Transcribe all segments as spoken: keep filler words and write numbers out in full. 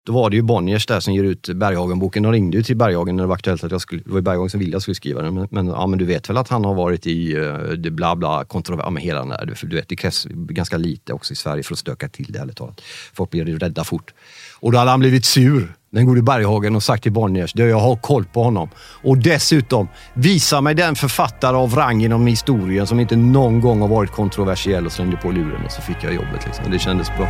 Då var det ju Bonniers där som ger ut Berghagen-boken. De ringde ju till Berghagen när det var aktuellt att jag skulle, det var Berghagen som ville jag skulle skriva den. Men, men, ja, men du vet väl att han har varit i uh, det bla bla kontrovers, ja, men hela den där, du, du vet, det krävs ganska lite också i Sverige för att stöka till det, ärligt talat. Folk blir rädda fort. Och då hade han blivit sur, den gode Berghagen, och sagt till Bonniers, jag har koll på honom. Och dessutom, visa mig den författare av rang inom historien som inte någon gång har varit kontroversiell, och slängde på luren, och så fick jag jobbet liksom. Det kändes bra.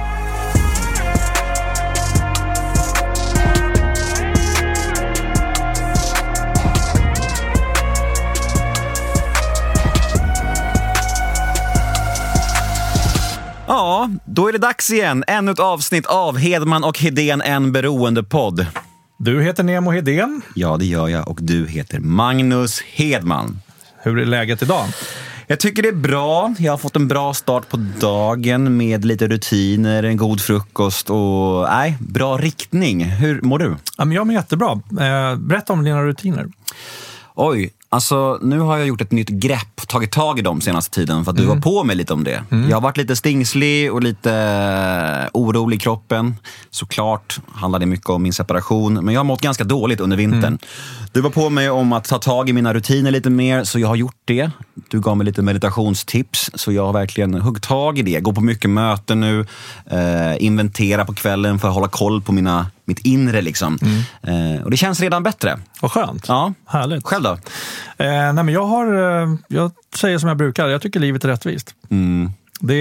Ja, då är det dags igen. Ännu ett avsnitt av Hedman och Hedén, en beroendepodd. Du heter Nemo Hedén. Ja, det gör jag. Och du heter Magnus Hedman. Hur är läget idag? Jag tycker det är bra. Jag har fått en bra start på dagen med lite rutiner, en god frukost och nej, bra riktning. Hur mår du? Ja, men jag mår jättebra. Eh, berätta om dina rutiner. Oj, alltså nu har jag gjort ett nytt grepp, tagit tag i dem senaste tiden för att du mm. var på mig lite om det. Mm. Jag har varit lite stingslig och lite orolig i kroppen. Såklart handlar det mycket om min separation, men jag har mått ganska dåligt under vintern. Mm. Du var på mig om att ta tag i mina rutiner lite mer, så jag har gjort det. Du gav mig lite meditationstips, så jag har verkligen huggt tag i det. Gå på mycket möten nu, eh, inventera på kvällen för att hålla koll på mina, mitt inre liksom. Mm. Eh, och det känns redan bättre. Vad skönt. Ja, härligt. Själv då? Eh, nej men jag har, jag säger som jag brukar, jag tycker livet är rättvist. Mm. Det,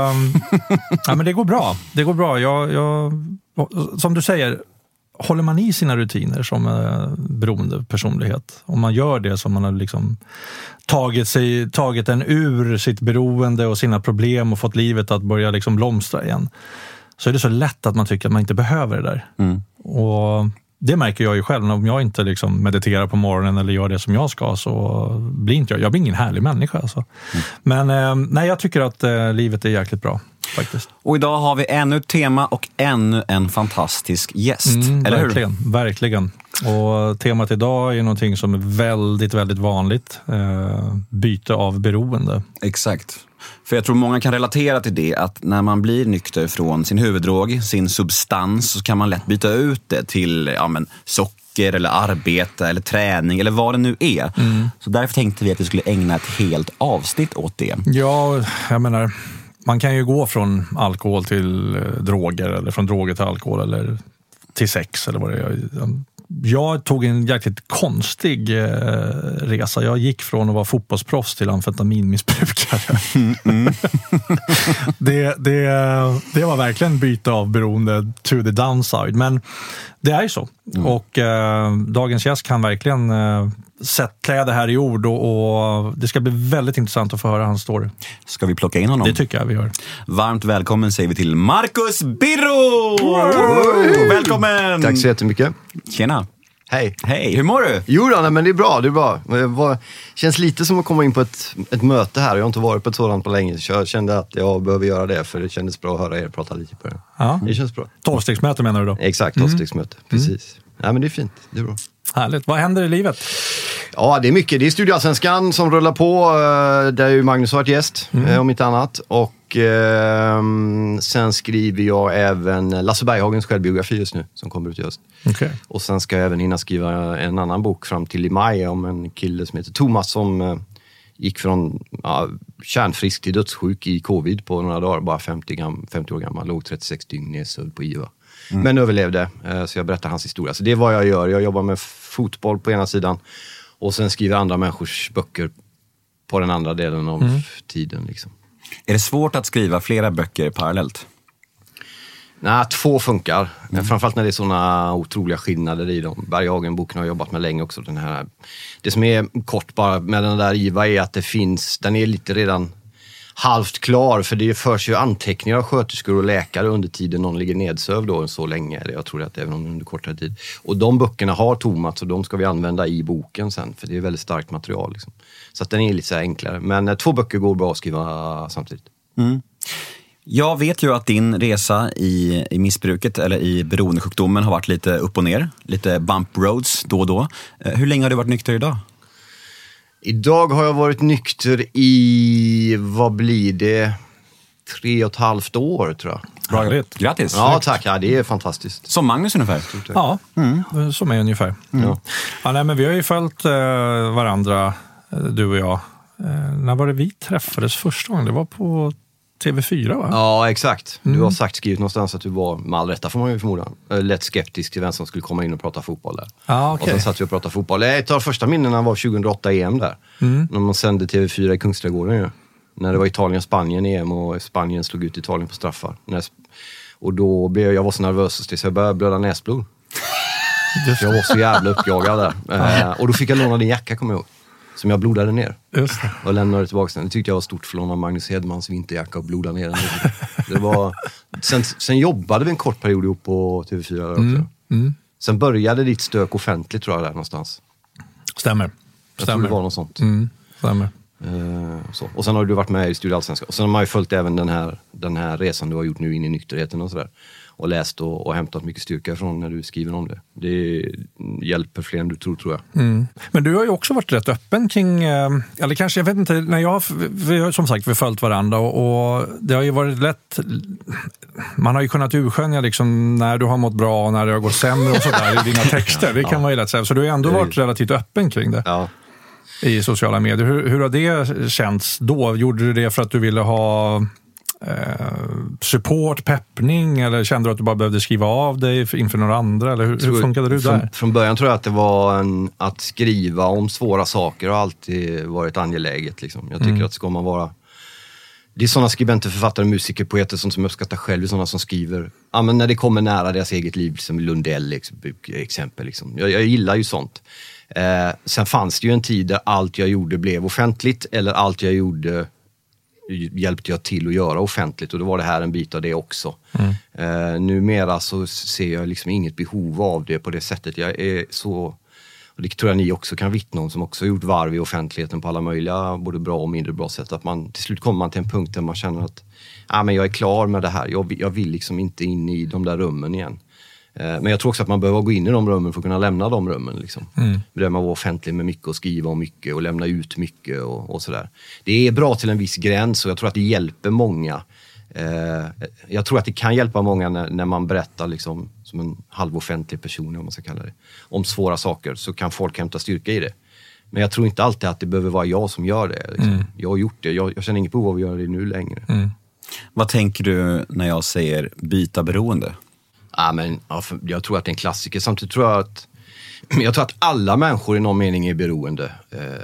ja, men det går bra. Det går bra. Jag, jag, som du säger, håller man i sina rutiner som eh, beroende personlighet, om man gör det som man har liksom tagit, sig, tagit en ur sitt beroende och sina problem och fått livet att börja liksom blomstra igen, så är det så lätt att man tycker att man inte behöver det där. Mm. Och det märker jag ju själv. Om jag inte liksom mediterar på morgonen eller gör det som jag ska, så blir inte jag, jag blir ingen härlig människa alltså. Mm. Men eh, nej, jag tycker att eh, livet är jäkligt bra faktiskt. Och idag har vi ännu ett tema och ännu en fantastisk gäst, mm, eller verkligen, hur? Verkligen. Och temat idag är någonting som är väldigt, väldigt vanligt. Eh, byte av beroende. Exakt. För jag tror många kan relatera till det, att när man blir nykter från sin huvuddrog, sin substans, så kan man lätt byta ut det till ja, men, socker eller arbete eller träning eller vad det nu är. Mm. Så därför tänkte vi att vi skulle ägna ett helt avsnitt åt det. Ja, jag menar, man kan ju gå från alkohol till eh, droger, eller från droger till alkohol eller till sex eller vad det är. Jag tog en jäkligt konstig eh, resa. Jag gick från att vara fotbollsproffs till amfetaminmissbrukare. Mm, mm. det, det, det var verkligen byte av beroende to the downside. Men det är ju så. Mm. Och eh, dagens gäst kan verkligen eh, sätta det här i ord. Och, och det ska bli väldigt intressant att få höra hans story. Ska vi plocka in honom? Det tycker jag vi gör. Varmt välkommen säger vi till Marcus Birro! Wow. Välkommen! Tack så jättemycket. Tjena. Hej. Hej, hur mår du? Jo då, nej, men det är bra, det är bra. Det var, känns lite som att komma in på ett, ett möte här. Jag har inte varit på ett sådant på länge, så jag kände att jag behöver göra det, för det kändes bra att höra er prata lite på det. Ja. Det känns bra. tolvstegsmöte menar du då? Exakt, tolvstegsmöte, mm. precis. Mm. Nej, men det är fint, det är bra. Härligt. Vad händer i livet? Ja, det är mycket. Det är Studieallsvenskan som rullar på, där ju Magnus har varit gäst, mm. om inte annat. Och eh, sen skriver jag även Lasse Berghagens självbiografi just nu, som kommer ut i höst. Okay. Och sen ska jag även hinna skriva en annan bok fram till i maj om en kille som heter Thomas som eh, gick från ja, kärnfrisk till dödssjuk i covid på några dagar, bara femtio, gam- femtio år gammal, låg trettiosex dygn nedsövd på I V A. Mm. Men överlevde, eh, så jag berättar hans historia. Så det är vad jag gör. Jag jobbar med fotboll på ena sidan och sen skriver andra människors böcker på den andra delen av mm. tiden. Liksom. Är det svårt att skriva flera böcker parallellt? Nej, två funkar. Mm. Framförallt när det är såna otroliga skillnader i dem. Berghagen-boken har jag jobbat med länge också. Den här. Det som är kort bara med den där I V A är att det finns, den är lite redan halvt klar, för det förs ju anteckningar av sköterskor och läkare under tiden någon ligger nedsövd då så länge, eller jag tror att även om under kortare tid. Och de böckerna har Thomas, så de ska vi använda i boken sen, för det är väldigt starkt material liksom. Så att den är lite så enklare. Men eh, två böcker går bra att skriva samtidigt. Mm. Jag vet ju att din resa i, i missbruket eller i beroendesjukdomen har varit lite upp och ner, lite bump roads då och då. Hur länge har du varit nykter idag? Idag har jag varit nykter i, vad blir det, tre och ett halvt år tror jag. Bra. Grattis. Ja, tack. Ja, det är fantastiskt. Som Magnus ungefär. Ja, mm. som är ungefär. Mm. Ja. Ja, nej, men vi har ju följt eh, varandra, du och jag. Eh, när var det vi träffades första gången? Det var på T V fyra, va? Ja, exakt. Du mm. har sagt, skrivit någonstans att du var, med all rätta får man ju förmoda, lätt skeptisk till vem som skulle komma in och prata fotboll där. Ah, okay. Och så satt vi och pratade fotboll. Ett av de första minnena var tjugohundraåtta E M där. Mm. När man sände T V fyra i Kungsträdgården ju. När det var Italien-Spanien E M och Spanien slog ut Italien på straffar. Och då blev jag, jag var så nervös så jag började blöda näsblod. Jag var så jävla uppjagad där. eh, och då fick jag låna din jacka, kommer jag ihåg. Som jag blodade ner. Just det. Och lämnade tillbaka den. Det tyckte jag var stort för att låna Magnus Hedmans vinterjacka och bloda ner den. Det var, sen, sen jobbade vi en kort period ihop på T V fyra där också. Mm. Mm. Sen började ditt stök offentligt, tror jag, där någonstans. Stämmer. Jag Stämmer. tror det var något sånt. Mm. Stämmer. Uh, så. Och sen har du varit med i Studio Allsvenska. Och sen har man ju följt även den här, den här resan du har gjort nu in i nykterheten och sådär. Och läst och, och hämtat mycket styrka från när du skriver om det. Det hjälper fler än du tror, tror jag. Mm. Men du har ju också varit rätt öppen kring, eller kanske, jag vet inte, när jag, vi har som sagt vi har följt varandra och, och det har ju varit lätt, man har ju kunnat urskönja liksom när du har mått bra och när det har gått sämre och sådär i dina texter, det kan ja. man ju lätt säga. Så du har ju ändå varit relativt öppen kring det. Ja. I sociala medier. Hur, hur har det känts då? Gjorde du det för att du ville ha eh, support, peppning, eller kände du att du bara behövde skriva av dig inför några andra? Eller hur, tror, hur funkade du där? Från, från början tror jag att det var en, att skriva om svåra saker har alltid varit angeläget. Liksom. Jag tycker mm. att ska man vara... Det är sådana skribenter, författare, musiker, poeter som, som jag uppskattar själv, sådana som skriver ja, men när det kommer nära deras eget liv, som Lundell exempel. Liksom. Jag, jag gillar ju sånt. Eh, sen fanns det ju en tid där allt jag gjorde blev offentligt, eller allt jag gjorde hjälpte jag till att göra offentligt, och då var det här en bit av det också. Mm. Eh, numera så ser jag liksom inget behov av det på det sättet. Jag är så, och det tror jag ni också kan vittna om, som också har gjort varv i offentligheten på alla möjliga, både bra och mindre bra sätt, att man till slut kommer man till en punkt där man känner att ah, men jag är klar med det här, jag, jag vill liksom inte in i de där rummen igen. Men jag tror också att man behöver gå in i de rummen för att kunna lämna de rummen. Liksom. Mm. Där man var offentlig med mycket och skriva om mycket och lämna ut mycket och, och sådär. Det är bra till en viss gräns, och jag tror att det hjälper många. Eh, jag tror att det kan hjälpa många när, när man berättar liksom, som en halvoffentlig person, om man ska kalla det, om svåra saker, så kan folk hämta styrka i det. Men jag tror inte alltid att det behöver vara jag som gör det. Liksom. Mm. Jag har gjort det, jag, jag känner inget behov av att göra det nu längre. Mm. Vad tänker du när jag säger byta beroende? Ja, men, ja, jag tror att det är en klassiker. Samtidigt tror jag att jag tror att alla människor i någon mening är beroende.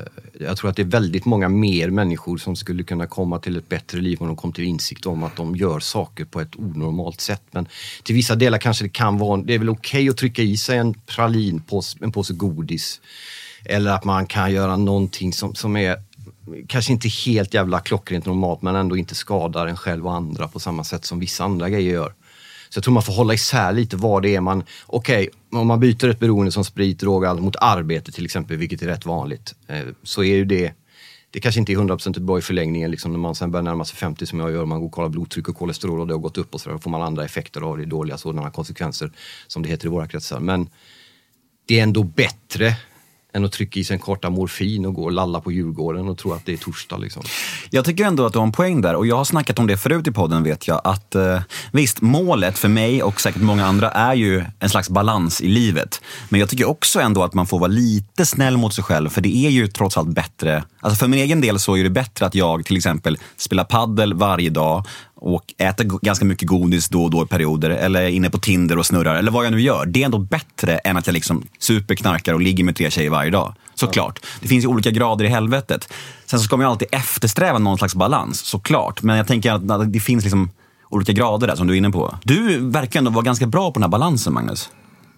Jag tror att det är väldigt många mer människor som skulle kunna komma till ett bättre liv om de kom till insikt om att de gör saker på ett onormalt sätt. Men till vissa delar kanske det kan vara, det är väl okej okay att trycka i sig en pralin, en påse godis. Eller att man kan göra någonting som, som är kanske inte helt jävla klockrent normalt, men ändå inte skadar en själv och andra på samma sätt som vissa andra grejer gör. Så jag tror man får hålla isär lite vad det är man... Okej, okay, om man byter ett beroende som sprit, droger mot arbete till exempel, vilket är rätt vanligt, eh, så är ju det... Det kanske inte är hundra procent bra i förlängningen, liksom, när man sen börjar närma sig femtio som jag gör. Man går och kollar blodtryck och kolesterol och det har gått upp och så där, får man andra effekter av det, dåliga sådana konsekvenser som det heter i våra kretsar. Men det är ändå bättre än att trycka i sig en korta morfin och gå och lalla på Djurgården och tro att det är torsdag. Liksom. Jag tycker ändå att du har en poäng där, och jag har snackat om det förut i podden, vet jag, att eh, visst, målet för mig och säkert många andra är ju en slags balans i livet. Men jag tycker också ändå att man får vara lite snäll mot sig själv, för det är ju trots allt bättre. Alltså för min egen del så är det bättre att jag till exempel spelar paddel varje dag och äter ganska mycket godis då och då i perioder, eller är inne på Tinder och snurrar, eller vad jag nu gör. Det är ändå bättre än att jag liksom superknarkar och ligger med tre tjejer varje dag. Såklart. Det finns ju olika grader i helvetet. Sen så ska man ju alltid eftersträva någon slags balans, såklart. Men jag tänker att det finns liksom olika grader där som du är inne på. Du verkar ändå vara ganska bra på den här balansen, Magnus.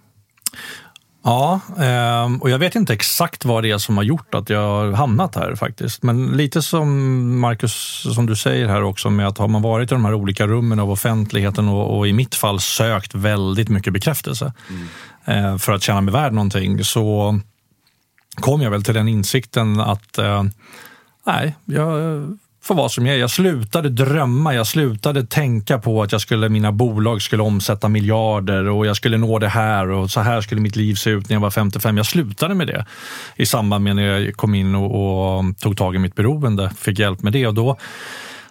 Ja, och jag vet inte exakt vad det är som har gjort att jag har hamnat här faktiskt. Men lite som Marcus, som du säger här också, med att har man varit i de här olika rummen av offentligheten och, och i mitt fall sökt väldigt mycket bekräftelse mm. för att känna mig värd någonting, så kom jag väl till den insikten att nej, jag får vara som jag är. Jag slutade drömma, jag slutade tänka på att jag skulle, mina bolag skulle omsätta miljarder och jag skulle nå det här och så här skulle mitt liv se ut när jag var femtiofem. Jag slutade med det i samband med när jag kom in och, och tog tag i mitt beroende, fick hjälp med det, och då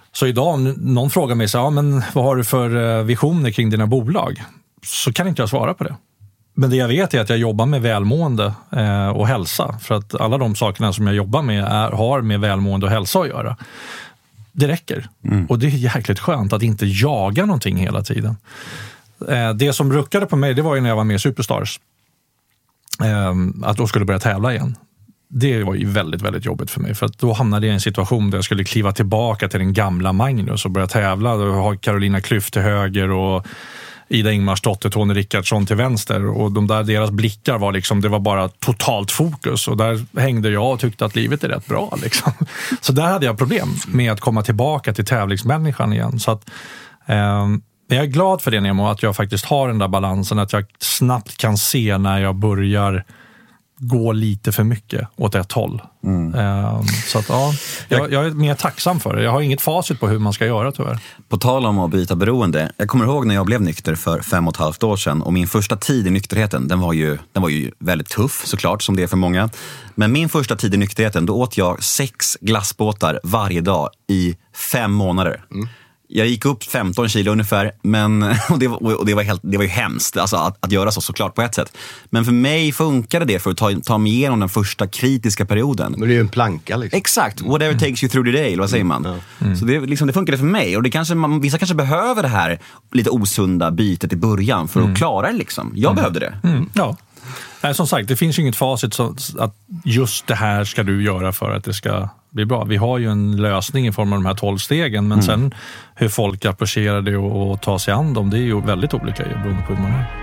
Så idag om någon frågar mig så, ja, men vad har du för visioner kring dina bolag? Så kan inte jag svara på det. Men det jag vet är att jag jobbar med välmående eh, och hälsa. För att alla de sakerna som jag jobbar med är, har med välmående och hälsa att göra. Det räcker. Mm. Och det är jäkligt skönt att inte jaga någonting hela tiden. Eh, det som ruckade på mig, det var ju när jag var med i Superstars. Eh, att då skulle börja tävla igen. Det var ju väldigt, väldigt jobbigt för mig. För att då hamnade jag i en situation där jag skulle kliva tillbaka till den gamla Magnus och börja tävla. Då har Carolina Klüft till höger och Ida Ingmarsdotter, Tony Rickardsson till vänster. Och de där, deras blickar var liksom, det var bara totalt fokus. Och där hängde jag och tyckte att livet är rätt bra. Liksom. Så där hade jag problem med att komma tillbaka till tävlingsmänniskan igen. Så att, eh, jag är glad för det, Nemo, att jag faktiskt har den där balansen. Att jag snabbt kan se när jag börjar gå lite för mycket åt ett håll. Mm. Um, så att ja, jag, jag är mer tacksam för det. Jag har inget facit på hur man ska göra, tyvärr. På tal om att byta beroende. Jag kommer ihåg när jag blev nykter för fem och ett halvt år sedan. Och min första tid i nykterheten, den var ju, den var ju väldigt tuff såklart, som det är för många. Men min första tid i nykterheten, då åt jag sex glassbåtar varje dag i fem månader. Mm. Jag gick upp femton kilo ungefär, men, och, det, och det, var helt, det var ju hemskt alltså, att, att göra så såklart på ett sätt. Men för mig funkade det för att ta, ta mig igenom den första kritiska perioden. Men det är ju en planka liksom. Exakt, whatever mm. takes you through the day, eller vad säger man? Mm. Mm. Så det, liksom, det funkade för mig. Och det kanske, man, vissa kanske behöver det här lite osunda bytet i början för mm. att klara det liksom. Jag mm. behövde det. Mm. Ja. Nej, som sagt, det finns ju inget facit så att just det här ska du göra för att det ska bli bra. Vi har ju en lösning i form av de här tolv stegen, men mm. sen hur folk approcherar det och, och tar sig an dem, det är ju väldigt olika beroende på hur man är.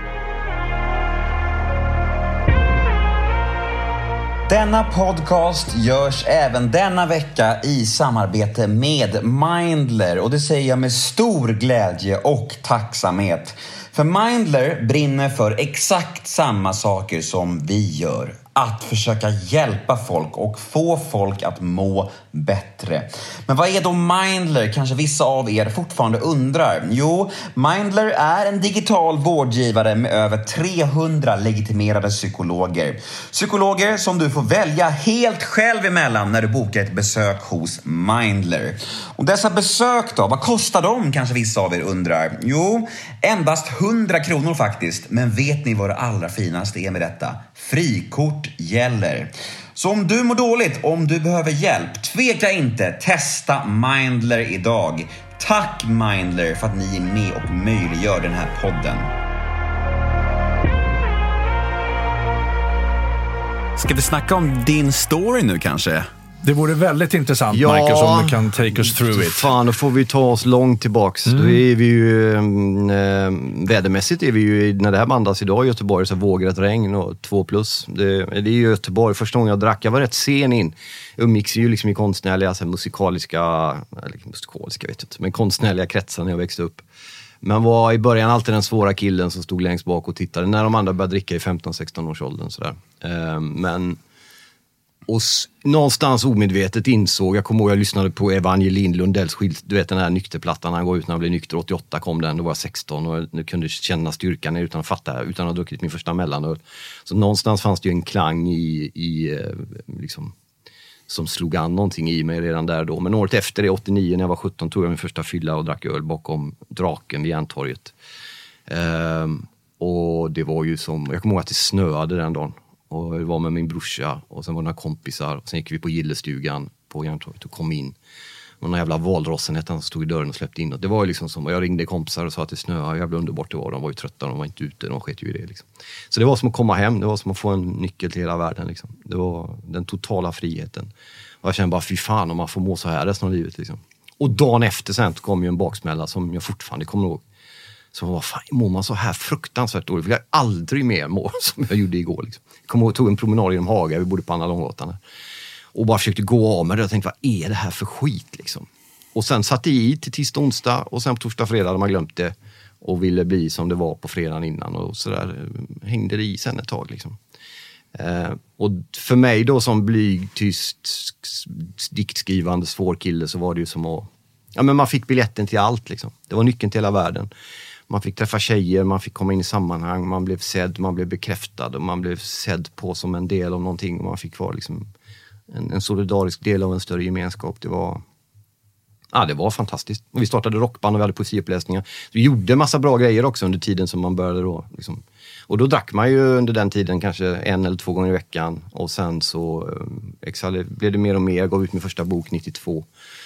Denna podcast görs även denna vecka i samarbete med Mindler, och det säger jag med stor glädje och tacksamhet. För Mindler brinner för exakt samma saker som vi gör. Att försöka hjälpa folk och få folk att må bättre. Men vad är då Mindler? Kanske vissa av er fortfarande undrar. Jo, Mindler är en digital vårdgivare med över trehundra legitimerade psykologer. Psykologer som du får välja helt själv emellan när du bokar ett besök hos Mindler. Och dessa besök då, vad kostar de? Kanske vissa av er undrar. Jo, endast hundra kronor faktiskt. Men vet ni vad det allra finaste är med detta? Frikort gäller. Så om du mår dåligt, om du behöver hjälp, tveka inte, testa Mindler idag. Tack Mindler för att ni är med och möjliggör den här podden. Ska vi snacka om din story nu kanske? Det vore väldigt intressant, ja, Marcus, om du kan take us through it. Fan, då får vi ta oss långt tillbaks. Mm. Då är vi ju, äh, vädermässigt är vi ju, när det här bandas idag i Göteborg, så vågar ett regn och två plus. Det, det är ju Göteborg. Första gången jag drack, jag var rätt sen in. Jag umgicks ju liksom i konstnärliga, alltså musikaliska, eller musikaliska vet jag inte, men konstnärliga kretsar när jag växte upp. Men var i början alltid den svåra killen som stod längst bak och tittade när de andra började dricka i femton sexton års åldern. Sådär. Äh, men... Och s- någonstans omedvetet insåg, jag kommer ihåg jag lyssnade på Evangeline Lundells skilt, du vet den här nykterplattan, han går ut när han blev nykter, åttioåtta kom den, då var jag sexton och jag kunde känna styrkan utan att fatta, utan att ha druckit min första mellanöl. Så någonstans fanns det ju en klang i, i liksom, som slog an någonting i mig redan där då. Men året efter det, åttionio, när jag var sjutton, tog jag min första fylla och drack öl bakom Draken vid Järntorget. Ehm, och det var ju som, jag kommer ihåg att det snöade den dagen. Och jag var med min brorsa och sen var det några kompisar. Och sen gick vi på Gillestugan på Järntorget och kom in. Och någon jävla valrossen som stod i dörren och släppte in. Och det var ju liksom som, jag ringde kompisar och sa att det snöade. Jävla underbart det var. De var ju trötta, de var inte ute, de sket ju i det liksom. Så det var som att komma hem, det var som att få en nyckel till hela världen liksom. Det var den totala friheten. Och jag kände bara, fy fan om man får må så här resten av livet liksom. Och dagen efter sen kom ju en baksmälla som jag fortfarande kommer ihåg. Så vad fan, mår man så här fruktansvärt dåligt? För jag aldrig mer må som jag gjorde igår. Liksom. Jag kom ihåg, tog en promenad genom Haga, vi bodde på Anna Långgatan. Och bara försökte gå av med det. Jag tänkte, vad är det här för skit liksom? Och sen satt i till tisdag, onsdag och sen på torsdag, fredag hade man glömt det. Och ville bli som det var på fredagen innan. Och så där hängde det i sen ett tag liksom. Eh, och för mig då som blyg, tyst, diktskrivande, svår kille så var det ju som att... Ja men man fick biljetten till allt liksom. Det var nyckeln till hela världen. Man fick träffa tjejer, man fick komma in i sammanhang, man blev sedd, man blev bekräftad och man blev sedd på som en del av någonting och man fick vara liksom en, en solidarisk del av en större gemenskap. Det var, ja, det var fantastiskt. Och vi startade rockband och vi hade poesiuppläsningar. Vi gjorde massa bra grejer också under tiden som man började då. Liksom. Och då drack man ju under den tiden kanske en eller två gånger i veckan. Och sen så eh, blev det mer och mer. Jag gav ut min första bok nittiotvå.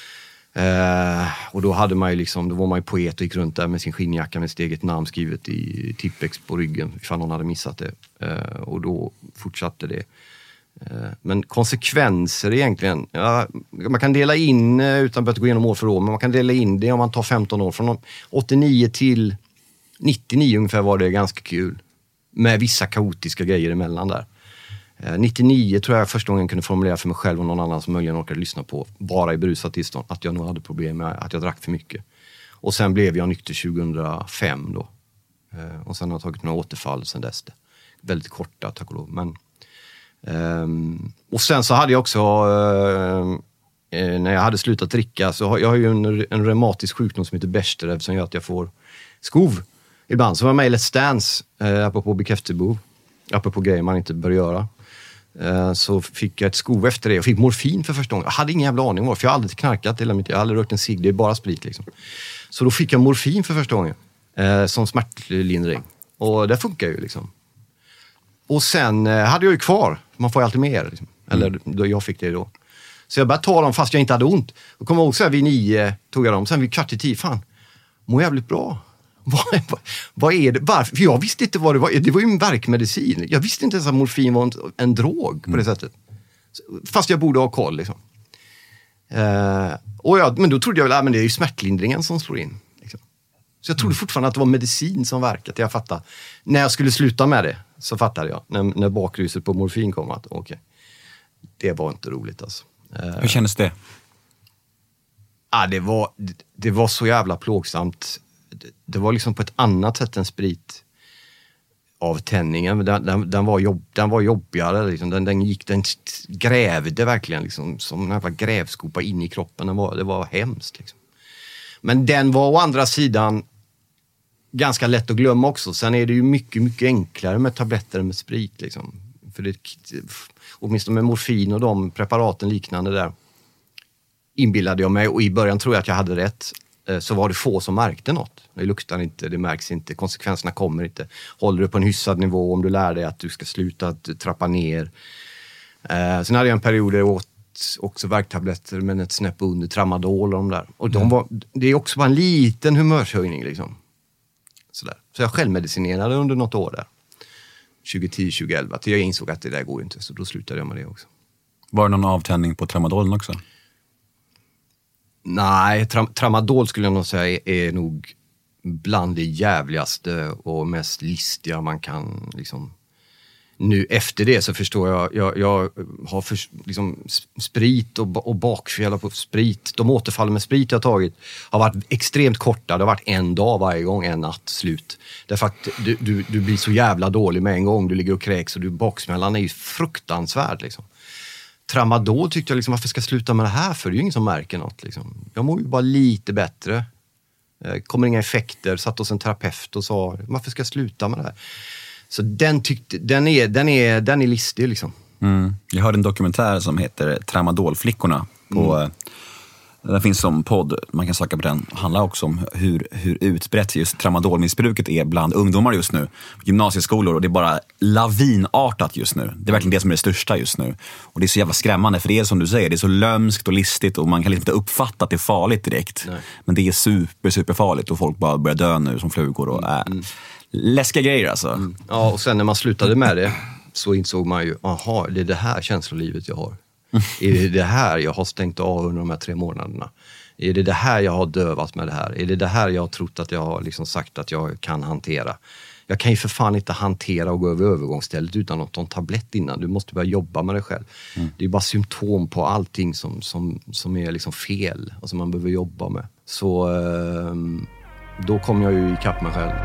Eh, och då hade man ju liksom, då var man ju poet och gick runt där med sin skinnjacka med sitt eget namn skrivet i Tippex på ryggen ifall någon hade missat det. Eh, och då fortsatte det. Eh, men konsekvenser egentligen, ja, man kan dela in, utan att gå igenom år för år, men man kan dela in det om man tar femton år. Från åttionio till nittionio ungefär var det ganska kul. Med vissa kaotiska grejer emellan där. nittionio tror jag första gången kunde formulera för mig själv och någon annan som möjligen orkade lyssna på, bara i berusat tillstånd, att jag nog hade problem med att jag drack för mycket. Och sen blev jag nykter tjugohundrafem då. Och sen har jag tagit några återfall sen dess. Det. Väldigt korta, tack och lov. Men, um, och sen så hade jag också, uh, när jag hade slutat dricka, så har jag har ju en, en reumatisk sjukdom som heter Bechterew som gör att jag får skov. Ibland så var jag med i Let's Dance, uh, apropå bekräftelsebehov, apropå grejer man inte bör göra. Så fick jag ett skov efter det. Jag fick morfin för första gången. Jag hade ingen jävla aning varför. Jag har aldrig knarkat hela mitt. Jag har aldrig rört en cigg. Det är bara sprit liksom. Så då fick jag morfin för första gången. Eh, som smärtlindring. Och det funkar ju liksom. Och sen eh, hade jag ju kvar. Man får ju alltid mer. Liksom. Eller då, jag fick det då. Så jag började ta dem fast jag inte hade ont. Och kom ihåg så här vid nio tog jag dem. Sen vid kvart i tio. Fan, mår jävligt bra. Vad, vad, vad är det? Varför? För jag visste inte vad det var. Det var ju en verkmedicin. Jag visste inte ens att morfin var en, en drog på det sättet. Fast jag borde ha koll liksom. Uh, och jag, men då trodde jag väl att ah, det är ju smärtlindringen som slår in. Liksom. Så jag trodde fortfarande att det var medicin som verkade. Jag fattade. När jag skulle sluta med det så fattade jag. När, när bakruset på morfin kom att okej. Okay, det var inte roligt alltså. Uh, Hur kändes det? Ah, det, var, det, det var så jävla plågsamt. Det var liksom på ett annat sätt än sprit av tändningen. Den, den, den, var, jobb, den var jobbigare. Liksom. Den, den, gick, den grävde verkligen liksom, som en jävla grävskopa in i kroppen. Den var, det var hemskt. Liksom. Men den var å andra sidan ganska lätt att glömma också. Sen är det ju mycket, mycket enklare med tabletter än med sprit. Liksom. För det, åtminstone med morfin och de preparaten liknande där inbillade jag mig. Och i början tror jag att jag hade rätt. Så var det få som märkte något. Det luktar inte, det märks inte, konsekvenserna kommer inte. Håller du på en hyfsad nivå om du lär dig att du ska sluta att trappa ner. Eh, sen hade jag en period där jag åt också värktabletter men ett snäpp under tramadol och de där. Och de var, det är också bara en liten humörshöjning liksom. Sådär. Så jag självmedicinerade under något år där. tjugohundratio tjugoelva till jag insåg att det där går inte, så då slutade jag med det också. Var det någon avtändning på tramadolen också? Nej, tra- tramadol skulle jag nog säga är, är nog bland det jävligaste och mest listiga man kan liksom. Nu efter det så förstår jag, jag, jag har för, liksom, sprit och, och bakfjälla på sprit. De återfall med sprit jag tagit har varit extremt korta. Det har varit en dag varje gång, en natt slut. Därför att du, du, du blir så jävla dålig med en gång. Du ligger och kräks och du, baksmällan är ju fruktansvärd liksom. Tramadol tyckte jag liksom, varför ska jag sluta med det här för? Det är ju ingen som märker något liksom. Jag mår ju bara lite bättre. Kommer inga effekter. Satt hos en terapeut och sa, varför ska jag sluta med det här? Så den tyckte, den är, den är, den är listig liksom. Mm. Jag hörde en dokumentär som heter Tramadolflickorna på, mm. Den finns som podd, man kan söka på den. Det handlar också om hur, hur utbrett just tramadolmissbruket är bland ungdomar just nu. Gymnasieskolor, och det är bara lavinartat just nu. Det är verkligen det som är det största just nu. Och det är så jävla skrämmande, för det är som du säger, det är så lömskt och listigt och man kan liksom inte uppfatta att det är farligt direkt. Nej. Men det är super, super farligt och folk bara börjar dö nu som flugor och äh, mm. läskiga grejer alltså. Mm. Ja, och sen när man slutade med det så insåg man ju, aha, det är det här känslolivet jag har. Är det det här jag har stängt av under de här tre månaderna? Är det det här jag har dövat med det här? Är det det här jag har trott att jag har liksom sagt att jag kan hantera? Jag kan ju för fan inte hantera och gå över övergångsstället utan att ta en tablett innan. Du måste börja jobba med det själv. Mm. Det är bara symptom på allting som, som, som är liksom fel och som man behöver jobba med. Så eh, då kom jag ju ikapp mig själv.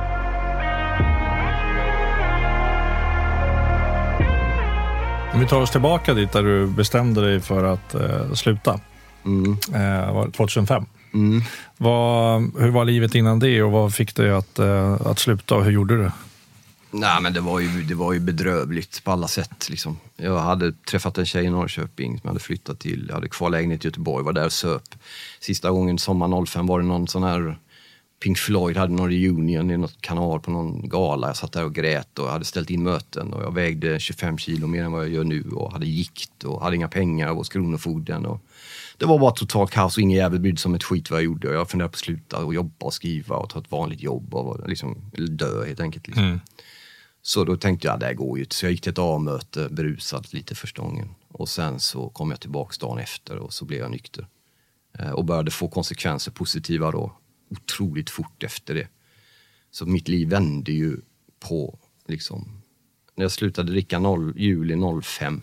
Om vi tar oss tillbaka dit där du bestämde dig för att eh, sluta. Mm. Eh, tjugohundrafem. Mm. Vad, hur var livet innan det och vad fick dig att, eh, att sluta och hur gjorde du? Nej, men det var ju, det var ju bedrövligt på alla sätt. Liksom. Jag hade träffat en tjej i Norrköping som hade flyttat till. Jag hade kvar lägenhet i Göteborg, var där och söp. Sista gången sommar noll fem var det någon sån här... Pink Floyd hade någon reunion i något kanal på någon gala. Jag satt där och grät och hade ställt in möten. Och jag vägde tjugofem kilo mer än vad jag gör nu. Och hade gikt och hade inga pengar och var kronofogden. Och det var bara totalt kaos och ingen jävel brydde som ett skit vad jag gjorde. Och jag funderade på att sluta och jobba och skriva och ta ett vanligt jobb. Och liksom, eller dö helt enkelt. Liksom. Mm. Så då tänkte jag, det här går ju inte. Så jag gick till ett A-möte, berusad lite första gången. Och sen så kom jag tillbaka dagen efter och så blev jag nykter. Eh, och började få konsekvenser positiva då. Otroligt fort efter det. Så mitt liv vände ju på liksom, när jag slutade dricka noll, juli noll fem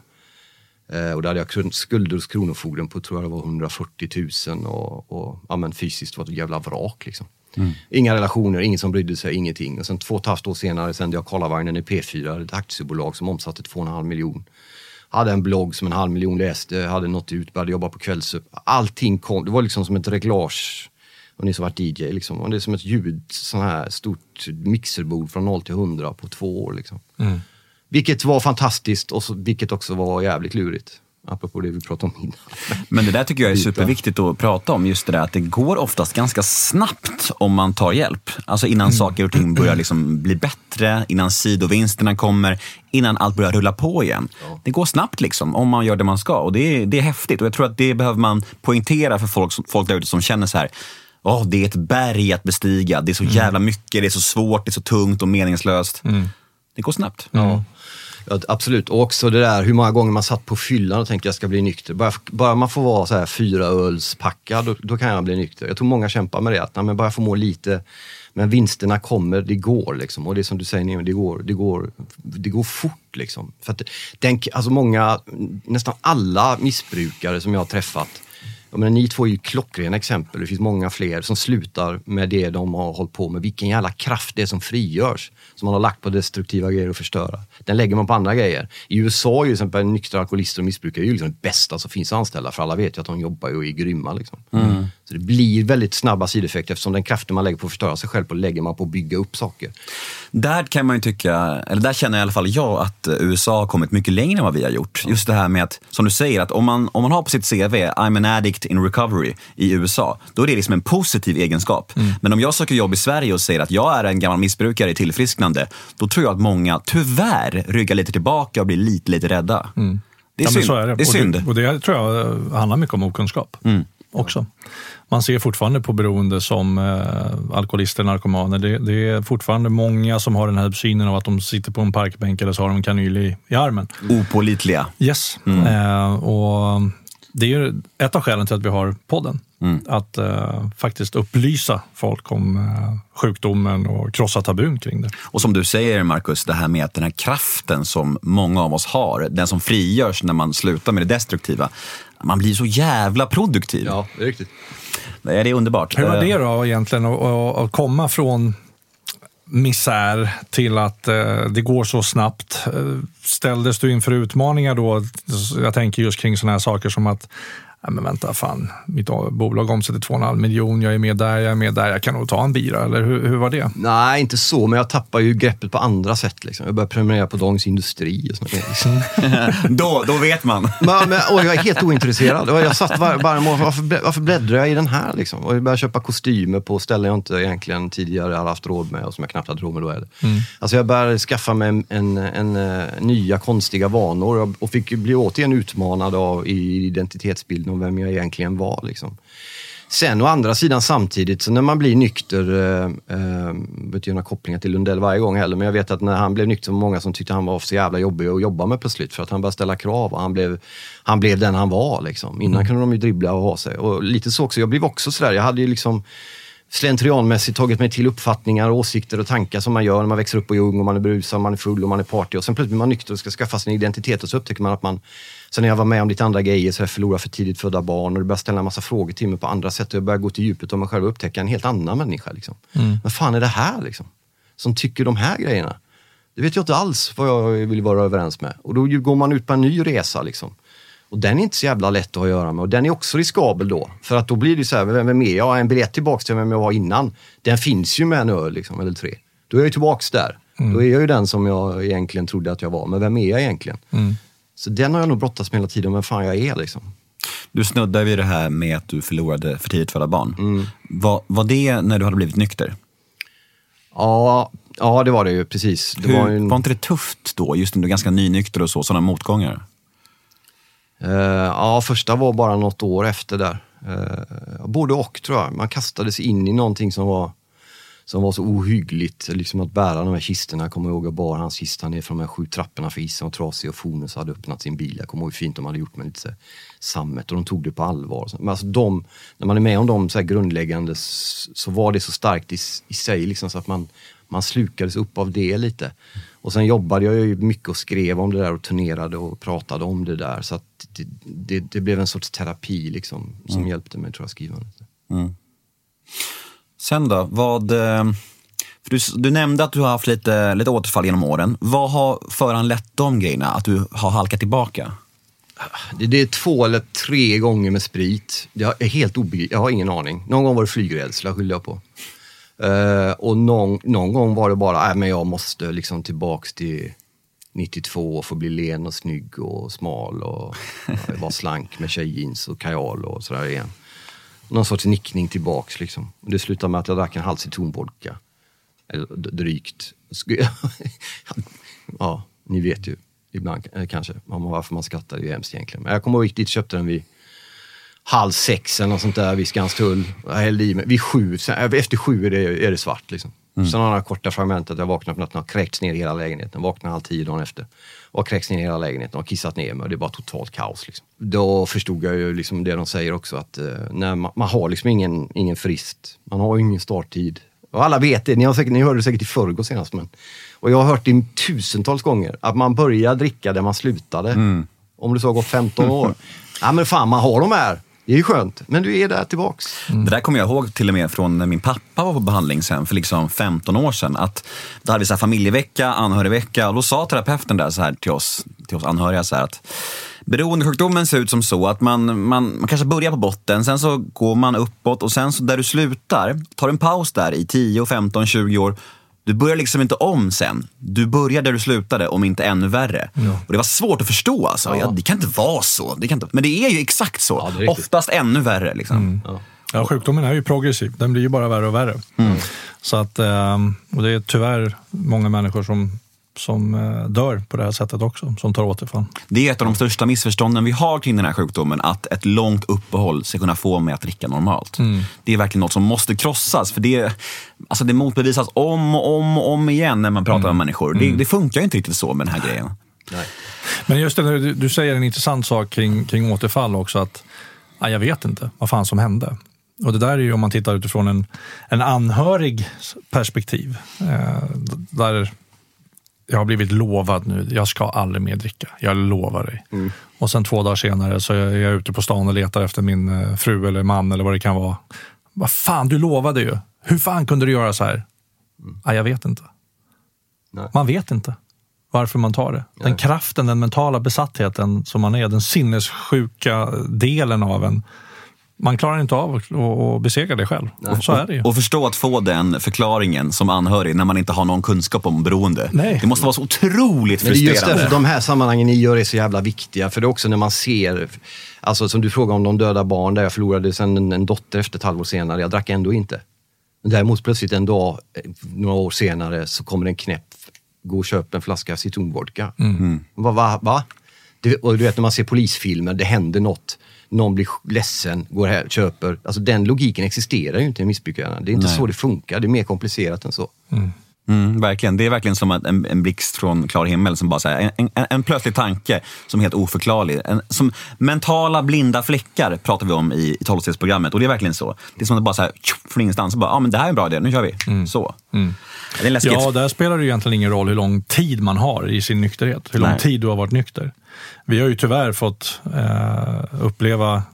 eh, och där hade jag skulder hos kronofogden på, tror jag det var hundrafyrtio tusen och, och ja, men fysiskt var det ett jävla vrak liksom. Mm. Inga relationer, ingen som brydde sig, ingenting. Och sen två och ett halvt år senare sände jag Karlavagnen i P fyra, ett aktiebolag som omsatte två och en halv miljon. Hade en blogg som en halv miljon läste, hade nått ut, började jobba på kvällsupp. Allting kom, det var liksom som ett reglage. Och ni som varit D J liksom. Och det är som ett ljud, sån här stort mixerbord från noll till hundra på två år liksom. Mm. Vilket var fantastiskt och så, vilket också var jävligt lurigt. Apropå det vi pratade om innan. Men det där tycker jag är superviktigt att prata om. Just det där att det går oftast ganska snabbt om man tar hjälp. Alltså innan mm. saker och ting börjar liksom bli bättre, innan sidovinsterna kommer, innan allt börjar rulla på igen. Ja. Det går snabbt liksom om man gör det man ska. Och det är, det är häftigt. Och jag tror att det behöver man poängtera för folk, folk där ute som känner så här: åh, oh, det är ett berg att bestiga. Det är så jävla mycket, det är så svårt, det är så tungt och meningslöst. Mm. Det går snabbt. Ja. Ja, absolut. Och också det där hur många gånger man satt på fyllan och tänkte jag ska bli nykter. Bara, bara man får vara så här fyra öls packad, då, då kan jag bli nykter. Jag tror många kämpar med det. Att nej, men bara få må lite. Men vinsterna kommer, det går liksom. Och det är som du säger, det går, det går, det går fort liksom. För att den, alltså många, nästan alla missbrukare som jag har träffat, jag menar, ni två är ju klockrena exempel. Det finns många fler som slutar med det de har hållit på med. Vilken jävla kraft det är som frigörs. Som man har lagt på destruktiva grejer och förstöra. Den lägger man på andra grejer. I U S A är ju till exempel nyktra alkoholister och missbrukare är ju liksom det bästa som finns anställda. För alla vet ju att de jobbar och är grymma liksom. Mm. Så det blir väldigt snabba sideffekter eftersom den kraften man lägger på att förstöra sig själv på lägger man på att bygga upp saker. Där kan man ju tycka, eller där känner i alla fall jag att U S A har kommit mycket längre än vad vi har gjort. Just det här med att, som du säger, att om man, om man har på sitt C V I'm an addict in recovery i U S A, då är det liksom en positiv egenskap. Mm. Men om jag söker jobb i Sverige och säger att jag är en gammal missbrukare i tillfrisknande, då tror jag att många tyvärr ryggar lite tillbaka och blir lite, lite rädda. Mm. Det är ja, synd. Så är det. Det är synd. Och det, och det tror jag handlar mycket om okunskap. Mm. Också. Man ser fortfarande på beroende som eh, alkoholister, narkomaner. Det, det är fortfarande många som har den här synen av att de sitter på en parkbänk eller så har de en kanyl i, i armen. Opålitliga. Yes. Mm. Eh, och det är ju ett av skälen till att vi har podden. Mm. Att eh, faktiskt upplysa folk om eh, sjukdomen och krossa tabun kring det. Och som du säger, Marcus, det här med att den här kraften som många av oss har, den som frigörs när man slutar med det destruktiva, man blir så jävla produktiv. Ja, det är riktigt. Det är underbart. Hur var det då egentligen att, att komma från misär till att eh, det går så snabbt? Ställdes du inför utmaningar då? Jag tänker just kring såna här saker som att nej men vänta, fan, mitt bolag omsätter två och en halv miljon, jag är med där, jag är med där, jag kan nog ta en bira, eller hur, hur var det? Nej, inte så, men jag tappar ju greppet på andra sätt liksom. Jag börjar prenumerera på Dagens Industri och sånt liksom. då, då vet man. men, men, och jag är helt ointresserad. Jag satt var, bara, varför, varför bläddrar jag i den här liksom? Och jag började köpa kostymer på ställen jag inte egentligen tidigare hade haft råd med och som jag knappt hade råd med då. Är det. Mm. Alltså jag började skaffa mig en, en, en, en nya konstiga vanor och fick bli återigen utmanad av i identitetsbilden om vem jag egentligen var liksom. Sen å andra sidan samtidigt, så när man blir nykter, eh, eh, vet jag några kopplingar till Lundell varje gång heller, men jag vet att när han blev nykter var många som tyckte han var så jävla jobbig att jobba med plötsligt för att han började ställa krav och han blev, han blev den han var liksom. Innan mm. kunde de ju dribbla och ha sig. Och lite så också, jag blev också sådär, jag hade ju liksom slentrianmässigt tagit mig till uppfattningar, åsikter och tankar som man gör när man växer upp och är ung och man är brusad, man är full och man är party och sen plötsligt blir man nykter och ska skaffa sin identitet och så upptäcker man att man, sen när jag var med om lite andra grejer så jag förlorar för tidigt födda barn och det börjar ställa en massa frågor till mig på andra sätt och jag börjar gå till djupet av mig själv och upptäcka en helt annan människa liksom. Mm. Men fan är det här liksom? Som tycker de här grejerna? Det vet jag inte alls vad jag vill vara överens med. Och då går man ut på en ny resa liksom. Och den är inte så jävla lätt att ha att göra med. Och den är också riskabel då. För att då blir det så här, vem är jag? En biljett tillbaka till vem jag var innan. Den finns ju med en öl liksom, eller tre. Då är jag tillbaka där. Mm. Då är jag ju den som jag egentligen trodde att jag var. Men vem är jag egentligen? Mm. Så den har jag nog brottats med hela tiden, men fan jag är liksom. Du snuddade vid det här med att du förlorade för tidigt födda barn. Mm. Var, var det när du hade blivit nykter? Ja, ja det var det ju, precis. Det Hur, var, en... var inte det tufft då, just när du är ganska nynykter och så, sådana motgångar? Uh, ja, första var bara något år efter där. Uh, både och tror jag. Man kastades in i någonting som var, som var så ohyggligt. Liksom att bära de här kistorna. Jag kommer ihåg att bara hans kista ner från de här sju trapporna för isen och trasig och Fonus hade öppnat sin bil. Jag kommer ihåg hur fint de hade gjort med lite så här sammet och de tog det på allvar. Men alltså de, när man är med om de så här grundläggande så var det så starkt i, i sig liksom, så att man, man slukades upp av det lite. Och sen jobbade jag ju mycket och skrev om det där och turnerade och pratade om det där. Så att det, det, det blev en sorts terapi liksom, som mm. hjälpte mig tror jag skriva lite. Mm. Sen då, vad... För du, du nämnde att du har haft lite, lite återfall genom åren. Vad har föranlett de grejerna, att du har halkat tillbaka? Det, det är två eller tre gånger med sprit. Det är helt obegripligt, jag har ingen aning. Någon gång var det flygrädsla, skyller jag på. Uh, och någon, någon gång var det bara, nej men jag måste liksom tillbaks till nittiotvå och få bli len och snygg och smal och ja, vara slank med tjejjeans och kajal och sådär igen. Någon sorts nickning tillbaks liksom. Och det slutade med att jag drack en halv citronvodka. Eller drygt. Ja, ni vet ju ibland kanske varför man skrattar, det är ju hemskt egentligen. Men jag kommer ihåg dit, köpte den vid halv sex eller något sånt där vid Skanstull. Jag hällde i mig. Vid sju, sen, efter sju är det, är det svart liksom. Mm. Sen har jag några korta fragment att jag vaknade på natten och kräkts ner i hela lägenheten. Vaknade halv tio dagen efter. Och kräkts ner i hela lägenheten och kissat ner mig. Och det var totalt kaos liksom. Då förstod jag ju liksom det de säger också att uh, när man, man har liksom ingen, ingen frist. Man har ju ingen starttid. Och alla vet det. Ni, har säkert, ni hörde det säkert i förrgår senast. Men, och jag har hört det tusentals gånger. Att man börjar dricka där man slutade. Mm. Om det så har gått femton år. Ja men fan, man har de här. Det är ju skönt, men du är där tillbaks. Mm. Det där kommer jag ihåg till och med från när min pappa var på behandling sen för liksom femton år sedan. Att då hade vi så här familjevecka, anhörigvecka och då sa terapeuten där så här till oss, till oss anhöriga så här att beroendesjukdomen ser ut som så att man, man, man kanske börjar på botten, sen så går man uppåt och sen så där du slutar, tar en paus där i tio, femton, tjugo år. Du börjar liksom inte om sen. Du börjar där du slutade, om inte ännu värre. Ja. Och det var svårt att förstå. Alltså. Ja. Ja, det kan inte vara så. Det kan inte... Men det är ju exakt så. Ja, oftast ännu värre. Liksom. Mm. Ja. Ja, sjukdomen är ju progressiv. Den blir ju bara värre och värre. Mm. Så att, och det är tyvärr många människor som, som dör på det här sättet också. Som tar återfall. Det är ett av de största missförstånden vi har kring den här sjukdomen. Att ett långt uppehåll ska kunna få mig att dricka normalt. Mm. Det är verkligen något som måste krossas. För det, alltså det motbevisas om och om och om igen när man pratar mm. med människor. Det, det funkar ju inte riktigt så med den här grejen. Nej. Men just det, du, du säger en intressant sak kring, kring återfall också. Att ja, jag vet inte vad fan som hände. Och det där är ju om man tittar utifrån en, en anhörig perspektiv. Eh, där jag har blivit lovad nu, jag ska aldrig mer dricka. Jag lovar dig. Mm. Och sen två dagar senare så är jag ute på stan och letar efter min fru eller man eller vad det kan vara. Vad fan, du lovade ju. Hur fan kunde du göra så här? Mm. Ja, jag vet inte. Nej. Man vet inte varför man tar det. Den Nej. kraften, den mentala besattheten som man är, den sinnessjuka delen av en. Man klarar inte av att besegra det själv. Och, så är det ju. Och förstå att få den förklaringen som anhörig när man inte har någon kunskap om beroende. Nej. Det måste vara så otroligt frustrerande. Men just det, de här sammanhangen ni gör är så jävla viktiga. För det är också när man ser, alltså som du frågar om de döda barn, där jag förlorade sen en, en dotter efter ett halvår senare. Jag drack ändå inte. Men däremot plötsligt en dag, några år senare, så kommer en knäpp. Gå och köpa en flaska citronvodka. Mm. Va, va, va? Det, och du vet när man ser polisfilmer, det händer något. Någon blir ledsen, går här, köper. Alltså den logiken existerar ju inte i missbrukarna. Det är inte Nej. så det funkar. Det är mer komplicerat än så. Mm. Mm, verkligen. Det är verkligen som en, en blixt från klar himmel som bara så här, en, en, en plötslig tanke som är helt oförklarlig. En, som mentala blinda fläckar pratar vi om i, i tolvstegsprogrammet och det är verkligen så. Det är som att det bara så här från ingenstans så bara, ja ah, men det här är en bra idé, nu kör vi. Mm. Så. Mm. Det är läskigt. Ja, där spelar det ju egentligen ingen roll hur lång tid man har i sin nykterhet. Hur lång Nej. tid du har varit nykter. Vi har ju tyvärr fått eh, uppleva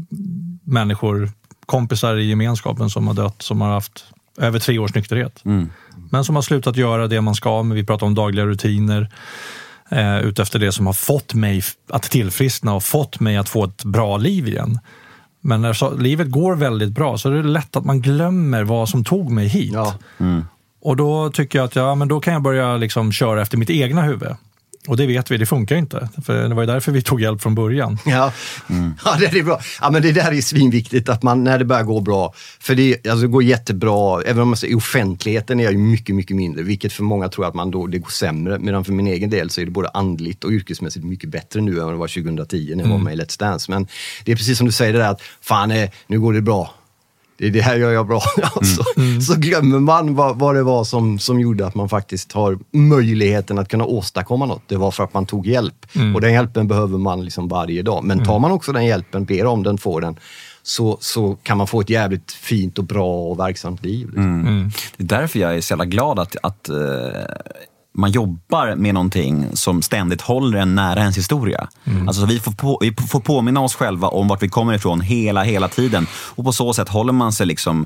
människor, kompisar i gemenskapen som har dött, som har haft över tre års nykterhet. Mm. Men som har slutat göra det man ska, men vi pratar om dagliga rutiner eh, utefter det som har fått mig att tillfriskna och fått mig att få ett bra liv igen. Men när så, livet går väldigt bra så är det lätt att man glömmer vad som tog mig hit. Ja. Mm. Och då tycker jag att ja, men då kan jag börja liksom köra efter mitt egna huvud. Och det vet vi, det funkar inte. För det var ju därför vi tog hjälp från början. Ja, mm. ja det är bra. Ja, men det där är svinviktigt att man, när det börjar gå bra. För det, alltså, det går jättebra, även om man säger, i offentligheten är jag ju mycket, mycket mindre. Vilket för många tror att man då, det går sämre. Medan för min egen del så är det både andligt och yrkesmässigt mycket bättre nu än vad det var tjugohundratio när jag mm. var med i Let's Dance. Men det är precis som du säger det där att fan, nu går det bra. Det, det här gör jag bra. Alltså, mm. Mm. Så glömmer man vad, vad det var som, som gjorde att man faktiskt har möjligheten att kunna åstadkomma något. Det var för att man tog hjälp. Mm. Och den hjälpen behöver man liksom varje dag. Men tar man också den hjälpen, ber om den, får den, så, så kan man få ett jävligt fint och bra och verksamt liv. Liksom. Mm. Mm. Det är därför jag är så jävla glad att, att uh, man jobbar med någonting som ständigt håller en nära ens historia. Mm. Alltså vi får, på, vi får påminna oss själva om vart vi kommer ifrån hela, hela tiden. Och på så sätt håller man sig liksom...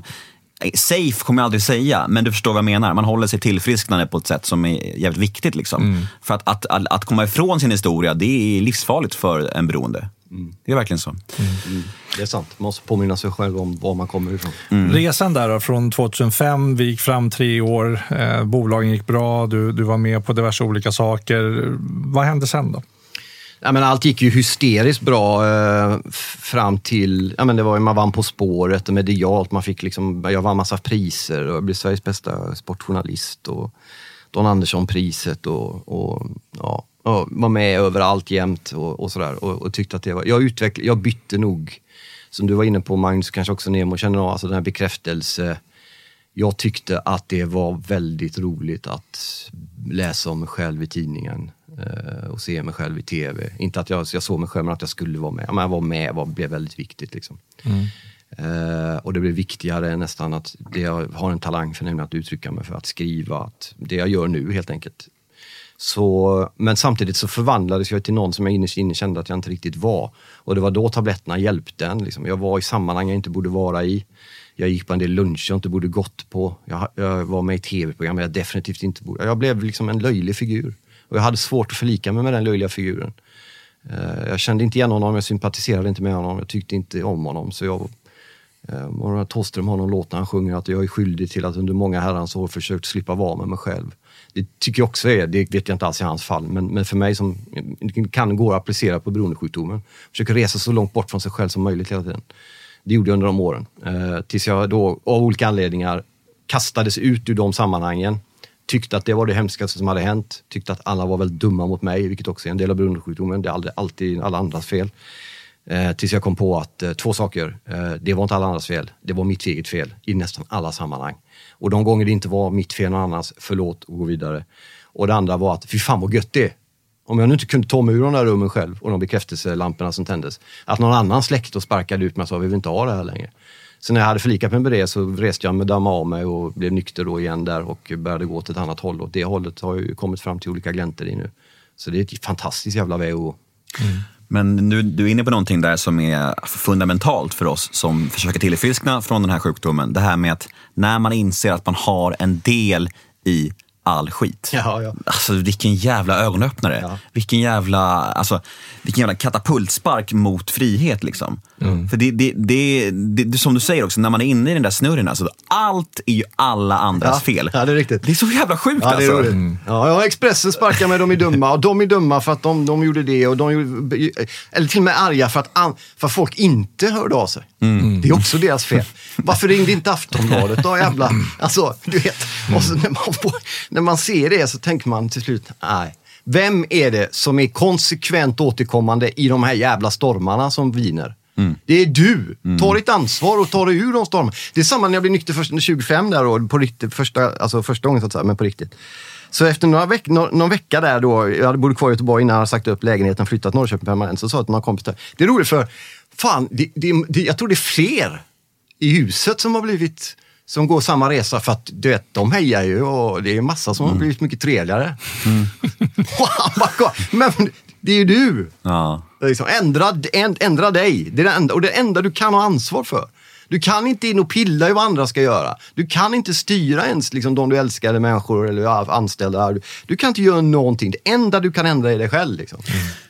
Safe kommer jag aldrig säga, men du förstår vad jag menar. Man håller sig tillfrisknande på ett sätt som är jävligt viktigt. Liksom. Mm. För att, att, att, att komma ifrån sin historia, det är livsfarligt för en beroende. Mm. Det är verkligen så. Mm. Mm. Det är sant. Man måste påminna sig själv om var man kommer ifrån. Mm. Resan där då, från tjugohundrafem, vi gick fram tre år, eh, bolagen gick bra, du, du var med på diverse olika saker. Vad hände sen då? Ja, men allt gick ju hysteriskt bra eh, fram till, ja, men det var ju, man vann På spåret och medialt, man fick liksom, jag vann massa priser och jag blev Sveriges bästa sportjournalist och Don Andersson-priset och, och ja, och var med överallt jämt och, och sådär och, och tyckte att det var, jag utvecklade, jag bytte nog, som du var inne på Magnus, kanske också Nemo känner av, alltså den här bekräftelse. Jag tyckte att det var väldigt roligt att läsa om mig själv i tidningen eh, och se mig själv i tv. Inte att jag, jag såg mig själv, men att jag skulle vara med. Men jag var med var, blev väldigt viktigt. Liksom. Mm. Eh, och det blev viktigare nästan att det jag har en talang för, nämligen att uttrycka mig, för att skriva. Att det jag gör nu helt enkelt. Så, men samtidigt så förvandlades jag till någon som jag innerst inne kände att jag inte riktigt var. Och det var då tabletterna hjälpte en. Liksom. Jag var i sammanhang jag inte borde vara i. Jag gick på en del lunch jag inte borde gått på. Jag, jag var med i tv-program jag definitivt inte borde. Jag blev liksom en löjlig figur. Och jag hade svårt att förlika mig med den löjliga figuren. Uh, jag kände inte igen honom, jag sympatiserade inte med honom. Jag tyckte inte om honom. Så jag, uh, och Thåström har någon låt när han sjunger att jag är skyldig till att under många herrans år försökt slippa vara med mig själv. Det tycker jag också är, det vet jag inte alls i hans fall. Men, men för mig som kan gå att applicera på beroendesjukdomen. Försöker resa så långt bort från sig själv som möjligt hela tiden. Det gjorde jag under de åren. Eh, tills jag då av olika anledningar kastades ut ur de sammanhangen. Tyckte att det var det hemskaste som hade hänt. Tyckte att alla var väldigt dumma mot mig, vilket också är en del av beroendesjukdomen. Det är aldrig, alltid alla andras fel. Eh, tills jag kom på att eh, två saker. Eh, det var inte alla andras fel. Det var mitt eget fel i nästan alla sammanhang. Och de gånger det inte var mitt fel någon annans, förlåt och gå vidare. Och det andra var att fy fan vad gött det är. Om jag nu inte kunde ta mig ur de där rummen själv och de bekräftelselamporna som tändes. Att någon annan släckte och sparkade ut mig och sa vi vill inte ha det här längre. Så när jag hade förlikat mig med det så reste jag med damma av mig och blev nykter då igen där och började gå till ett annat håll. Och det hållet har ju kommit fram till olika gläntor i nu. Så det är ett fantastiskt jävla väg att gå. Mm. Men nu, du är inne på någonting där som är fundamentalt för oss som försöker tillfriskna från den här sjukdomen. Det här med att när man inser att man har en del i all skit. Ja, ja. Alltså vilken jävla ögonöppnare. Ja. Vilken jävla alltså, vilken jävla katapultspark mot frihet liksom. Mm. För det, det, det, det, det som du säger också, när man är inne i den där snurren, alltså, allt är ju alla andras ja. fel. Ja, det är riktigt. Det är så jävla sjukt ja, alltså. Mm. Ja, ja, Expressen sparkar med, de är dumma och de är dumma för att de, de gjorde det och de gjorde, eller till och med arga för att, an, för att folk inte hörde av sig. Mm. Det är också deras fel. Varför ringde inte Aftonbladet då jävla? Alltså, du vet. Och så när man får, när man ser det så tänker man till slut, nej. Vem är det som är konsekvent återkommande i de här jävla stormarna som viner? Mm. Det är du. Mm. Ta ditt ansvar och ta dig ur de stormarna. Det är samma när jag blev nykter först, tjugofem där då, på riktigt, första, alltså första gången så att säga, men på riktigt. Så efter några veck, no, någon vecka där då, jag hade bott kvar i Göteborg innan jag hade sagt upp lägenheten, flyttat till Norrköping permanent, så sa jag till några kompisar, det är roligt för, fan, det, det, det, jag tror det är fler i huset som har blivit, som går samma resa för att du vet, de hejar ju och det är massa som mm. har blivit mycket trevligare. Mm. Men det är ju du. Ja. Liksom, ändra, ändra dig. Det är det enda, och det enda du kan ha ansvar för. Du kan inte in och pilla i vad andra ska göra. Du kan inte styra ens liksom, de du älskar eller människor eller ja, anställda. Du, du kan inte göra någonting. Det enda du kan ändra är dig själv. Liksom. Mm.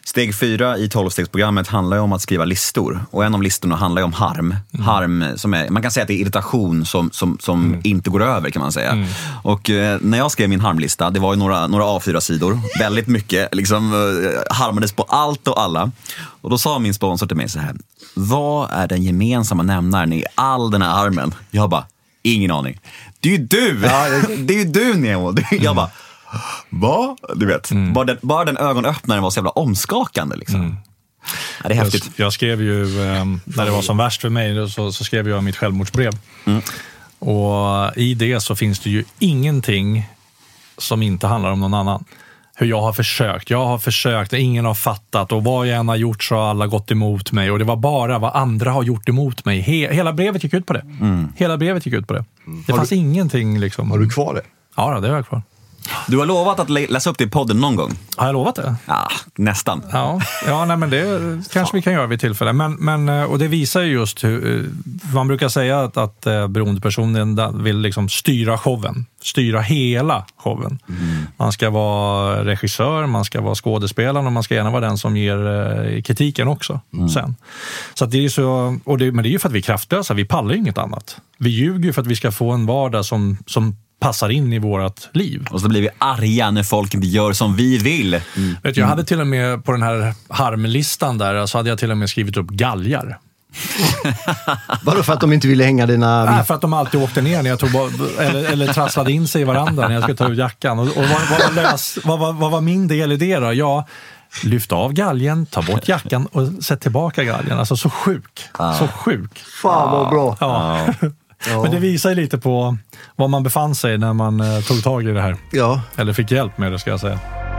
Steg fyra i tolvstegsprogrammet handlar ju om att skriva listor. Och en av listorna handlar ju om harm. Mm. Harm som är, man kan säga att det är irritation som, som, som mm. inte går över, kan man säga. Mm. Och eh, när jag skrev min harmlista, det var ju några, några A fyra-sidor. Väldigt mycket, liksom eh, harmades på allt och alla. Och då sa min sponsor till mig så här: vad är den gemensamma nämnaren i all den här harmen? Jag bara, ingen aning. Det är ju du! Ja, det är ju du, Nemo. Det är, jag bara, vad? Du vet, mm. bara, den, bara den ögonöppnaren var så jävla omskakande liksom. Mm. Ja, det är häftigt. Jag, jag skrev ju, eh, när det var som värst för mig, så, så skrev jag mitt självmordsbrev. Mm. Och i det så finns det ju ingenting som inte handlar om någon annan. Hur jag har försökt. Jag har försökt, ingen har fattat. Och vad jag än har gjort så har alla gått emot mig. Och det var bara vad andra har gjort emot mig. He- hela brevet gick ut på det. Mm. Hela brevet gick ut på det. Mm. Det har fanns du, ingenting liksom. Har du kvar det? Ja, det har jag kvar. Du har lovat att lä- läsa upp det i podden någon gång. Har jag lovat det? Ja, nästan. Ja, ja nej, men det kanske vi kan göra vid tillfälle. Men, men, och det visar ju just hur man brukar säga att, att beroendepersonen vill liksom styra showen. Styra hela showen. Mm. Man ska vara regissör, man ska vara skådespelare och man ska gärna vara den som ger kritiken också mm. sen. Så att det är så, och det, men det är ju för att vi är kraftlösa, vi pallar ju inget annat. Vi ljuger för att vi ska få en vardag som, som passar in i vårt liv. Och så blir vi arga när folk inte gör som vi vill. Mm. Vet, jag hade till och med på den här harmlistan där, så hade jag till och med skrivit upp galgar. Bara för att de inte ville hänga dina... Nej, för att de alltid åkte ner när jag tog bort, eller, eller trasslade in sig i varandra när jag skulle ta ut jackan. Och, och vad, vad, var lös, vad, vad, vad var min del i det då? Ja, lyft av galgen, ta bort jackan och sätt tillbaka galgen. Alltså så sjuk. Ah. Så sjuk. Fan vad bra. Ja. Ah. Ja. Men det visar ju lite på var man befann sig när man eh, tog tag i det här. Ja. Eller fick hjälp med det, ska jag säga.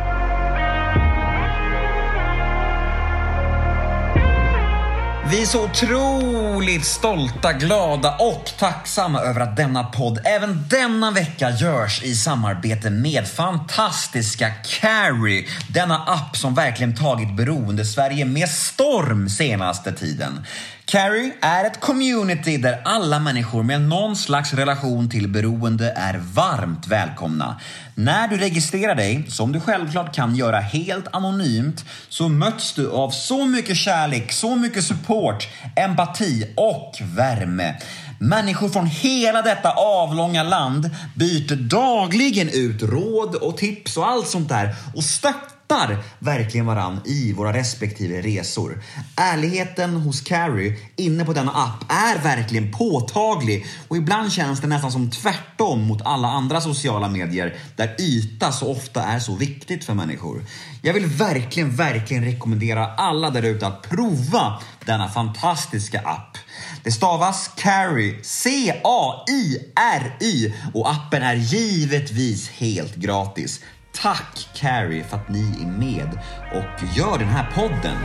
Vi är så otroligt stolta, glada och tacksamma över att denna podd även denna vecka görs i samarbete med fantastiska Carry. Denna app som verkligen tagit beroende Sverige med storm senaste tiden. Carry är ett community där alla människor med någon slags relation till beroende är varmt välkomna. När du registrerar dig, som du självklart kan göra helt anonymt, så möts du av så mycket kärlek, så mycket support, empati och värme. Människor från hela detta avlånga land byter dagligen ut råd och tips och allt sånt där och stöttar verkligen varann i våra respektive resor. Ärligheten hos Carry inne på denna app är verkligen påtaglig och ibland känns det nästan som tvärtom mot alla andra sociala medier där yta så ofta är så viktigt för människor. Jag vill verkligen, verkligen rekommendera alla där ute att prova denna fantastiska app. Det stavas Carry, C A I R Y, och appen är givetvis helt gratis. Tack Carry för att ni är med och gör den här podden.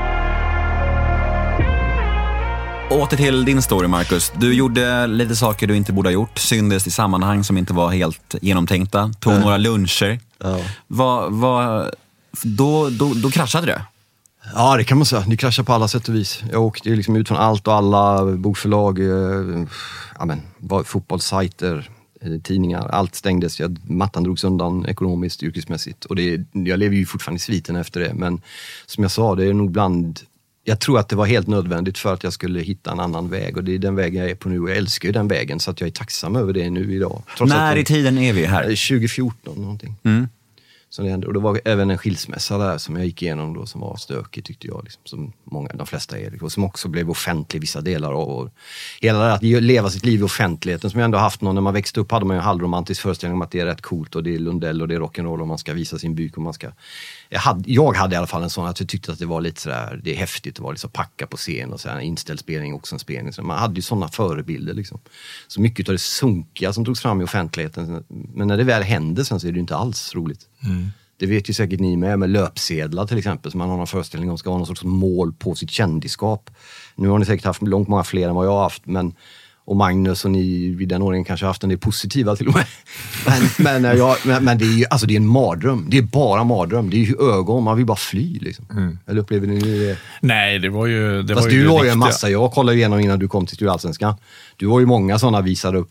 Åter till din story, Marcus. Du gjorde lite saker du inte borde ha gjort. Syndes i sammanhang som inte var helt genomtänkta. Tog mm. några luncher. Ja. Vad, vad, då, då, då kraschade det. Ja, det kan man säga. Det kraschade på alla sätt och vis. Jag åkte liksom ut från allt och alla, bokförlag, eh, ja, men, fotbollssajter, tidningar, allt stängdes. Jag, mattan drogs undan ekonomiskt, yrkesmässigt. Och det, jag lever ju fortfarande i sviten efter det. Men som jag sa, det är nog bland... Jag tror att det var helt nödvändigt för att jag skulle hitta en annan väg. Och det är den vägen jag är på nu. Och jag älskar ju den vägen, så att jag är tacksam över det nu idag. Trots När i tiden är vi här? tjugo fjorton någonting. Mm. Som det hände. Och det var även en skilsmässa där som jag gick igenom då, som var stökig, tyckte jag, liksom, som många, de flesta är, och som också blev offentlig vissa delar av. Och hela det här att leva sitt liv i offentligheten, som jag ändå haft någon, när man växte upp hade man ju en halvromantisk föreställning om att det är rätt coolt och det är Lundell och det är rock'n'roll och man ska visa sin byk och man ska... Jag hade, jag hade i alla fall en sån att jag tyckte att det var lite sådär, det är häftigt att vara liksom packa på scen och så här, en inställd spelning, också en spelning. Så man hade ju sådana förebilder liksom. Så mycket av det sunkiga som togs fram i offentligheten, men när det väl hände sen så är det ju inte alls roligt. Mm. Det vet ju säkert ni med, med löpsedlar till exempel, som man har någon föreställning om ska ha någon sorts mål på sitt kändisskap. Nu har ni säkert haft långt många fler än vad jag har haft, men, och Magnus och ni vid den åren kanske har haft en del positiva till och med. Men, men, ja, men, men det är ju alltså, det är en mardröm. Det är bara mardröm. Det är ju ögon, man vill bara fly liksom. Mm. Eller upplever ni det? Nej, det var ju det Fast var du ju har ju en massa, jag kollade igenom innan du kom till Allsvenskan. Du har ju många sådana visar upp.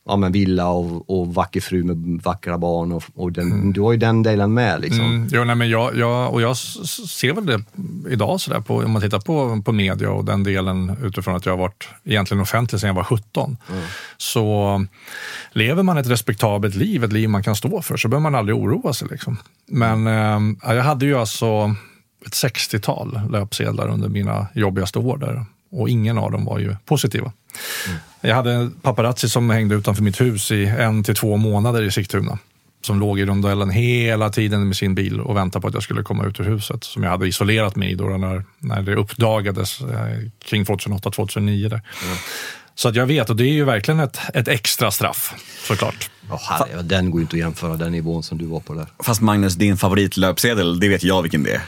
ja, men villa och, och vacker fru med vackra barn och, och den, mm. du har ju den delen med liksom. Mm. Jo, nej, men jag, jag, och jag ser väl det idag sådär på, om man tittar på, på media och den delen utifrån att jag har varit egentligen offentlig sedan jag var sjutton. Mm. Så lever man ett respektabelt liv, ett liv man kan stå för, så behöver man aldrig oroa sig liksom. Men eh, jag hade ju alltså ett sextiotal löpsedlar under mina jobbigaste år där. Och ingen av dem var ju positiva. Mm. Jag hade en paparazzi som hängde utanför mitt hus i en till två månader i Sigtuna. Som låg i rondellen hela tiden med sin bil och väntade på att jag skulle komma ut ur huset. Som jag hade isolerat mig i då när, när det uppdagades eh, kring tjugohundraåtta tjugohundranio där. Mm. Så att jag vet, och det är ju verkligen ett, ett extra straff, såklart. Oh, herre, den går ju inte att jämföra den nivån som du var på där. Fast Magnus, din favoritlöpsedel, det vet jag vilken det är.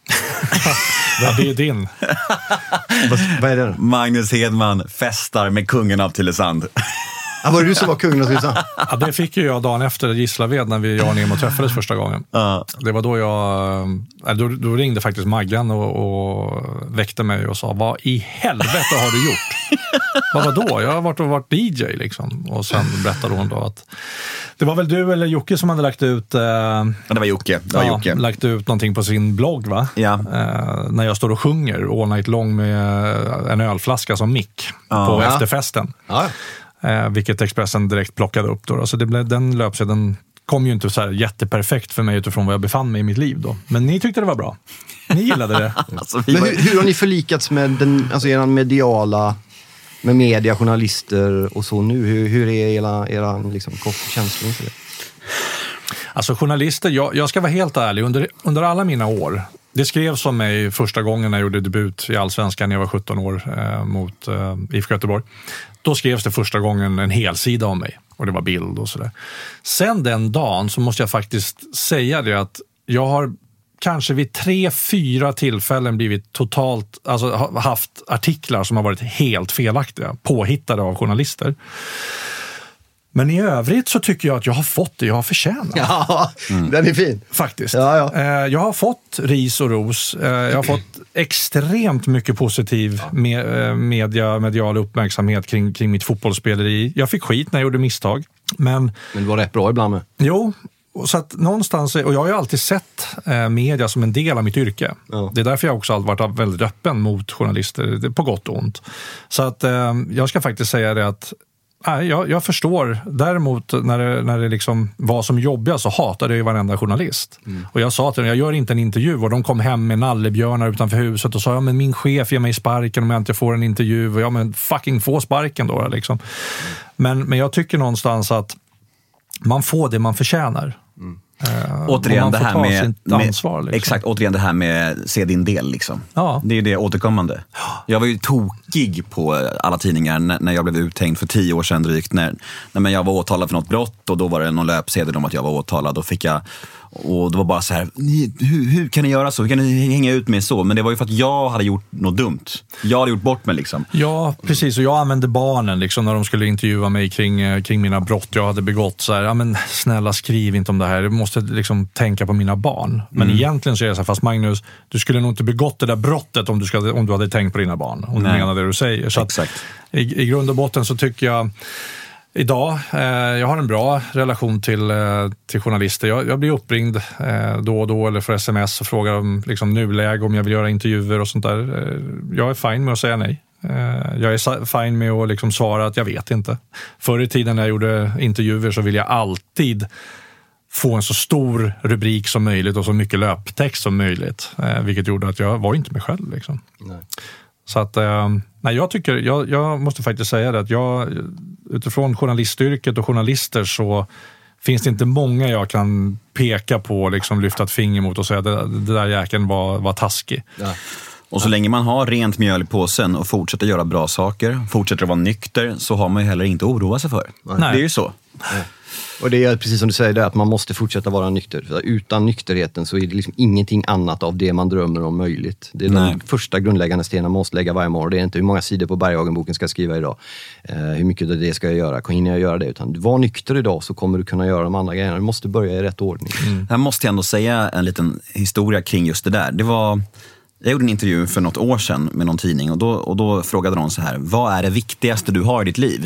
Ja, det är din. vad, vad är det? Magnus Hedman festar med kungen av Tylösand. Ja, var det du som var kungen av Tylösand? Ja, det fick ju jag dagen efter Gislaved när vi, jag och Nemo träffades första gången. Uh. Det var då jag, då, då ringde faktiskt Maggan och, och väckte mig och sa, vad i helvete har du gjort? Vad var då? Jag har varit och varit D J liksom. Och sen berättade hon då att det var väl du eller Jocke som hade lagt ut... Eh, ja, det var Jocke. Det var ja, Jocke. Lagt ut någonting på sin blogg, va? Ja. Eh, när jag står och sjunger all night long med en ölflaska som mick ja. på ja. efterfesten. Ja. Eh, vilket Expressen direkt plockade upp då. Så det blev, den löpsedeln kom ju inte så här jätteperfekt för mig utifrån vad jag befann mig i mitt liv då. Men ni tyckte det var bra. Ni gillade det. Alltså, vi var... Men hur, hur har ni förlikats med den, alltså eran mediala... med media, journalister och så nu? Hur, hur är era, era liksom, känslan för det? Alltså journalister, jag, jag ska vara helt ärlig, under, under alla mina år, det skrevs om mig första gången när jag gjorde debut i Allsvenskan när jag var sjutton år eh, mot eh, I F K Göteborg. Då skrevs det första gången en hel sida om mig och det var bild och sådär. Sen den dagen så måste jag faktiskt säga det att jag har kanske vid tre, fyra tillfällen blivit totalt, alltså haft artiklar som har varit helt felaktiga, påhittade av journalister. Men i övrigt så tycker jag att jag har fått det jag har förtjänat. Ja, mm. Den är fin. Faktiskt. Ja, ja. Jag har fått ris och ros. Jag har fått extremt mycket positiv media, medial uppmärksamhet kring, kring mitt fotbollsspeleri. Jag fick skit när jag gjorde misstag. Men, men det var rätt bra ibland med. Jo, så att någonstans, och jag har ju alltid sett eh, media som en del av mitt yrke. Ja. Det är därför jag också har varit väldigt öppen mot journalister, på gott och ont. Så att eh, jag ska faktiskt säga det att nej, jag, jag förstår. Däremot när det, när det liksom var som jobbigast så hatade jag ju varenda journalist. Mm. Och jag sa till dem, jag gör inte en intervju. Och de kom hem med nallebjörnar utanför huset och sa, ja men min chef ger mig sparken om jag inte får en intervju. Och ja men fucking få sparken då liksom. Mm. Men, men jag tycker någonstans att man får det man förtjänar. Mm. Uh, återigen det här med, ansvar, liksom. Exakt, återigen det här med se din del liksom. Ja. Det är det återkommande. Jag var ju tokig på alla tidningar när, när jag blev uthängd för tio år sedan drygt när, när jag var åtalad för något brott och då var det någon löpsedel om att jag var åtalad och fick jag och det var bara så här, ni, hur, hur kan ni göra så? Hur kan ni hänga ut med så? Men det var ju för att jag hade gjort något dumt. Jag hade gjort bort mig liksom. Ja, precis. Och jag använde barnen liksom när de skulle intervjua mig kring, kring mina brott jag hade begått. Så här, ja men snälla skriv inte om det här. Du måste liksom tänka på mina barn. Men mm. egentligen så är det så här, fast Magnus, du skulle nog inte begått det där brottet om du, ska, om du hade tänkt på dina barn. Om Nej. du menar det du säger. Så Exakt. Att, i, i grund och botten så tycker jag idag, eh, jag har en bra relation till, eh, till journalister. Jag, jag blir uppringd eh, då och då eller för sms och frågar om liksom, nuläge, om jag vill göra intervjuer och sånt där. Eh, jag är fine med att säga nej. Eh, jag är fine med att liksom, svara att jag vet inte. Förr i tiden när jag gjorde intervjuer så ville jag alltid få en så stor rubrik som möjligt och så mycket löptext som möjligt. Eh, vilket gjorde att jag var inte mig själv. Liksom. Nej. Så att, eh, nej, jag tycker, jag, jag måste faktiskt säga det att jag, utifrån journalistyrket och journalister så finns det inte många jag kan peka på, liksom lyfta ett finger mot och säga att det, det där jäkeln var, var taskig. Ja. Och så länge man har rent mjöl i påsen och fortsätter göra bra saker, fortsätter att vara nykter, så har man ju heller inte oroa sig för. Nej. Det är ju så. Nej. Och det är precis som du säger där, att man måste fortsätta vara nykter. För utan nykterheten så är det liksom ingenting annat av det man drömmer om möjligt. Det är Nej. den första grundläggande stenen man måste lägga varje morgon. Det är inte hur många sidor på Berghagenboken ska jag skriva idag. Eh, hur mycket av det ska jag göra? Hinner jag göra det? Utan var nykter idag så kommer du kunna göra de andra grejerna. Du måste börja i rätt ordning. Mm. Jag måste ändå säga en liten historia kring just det där. Det var... Jag gjorde en intervju för något år sedan med någon tidning och då, och då frågade de så här, vad är det viktigaste du har i ditt liv?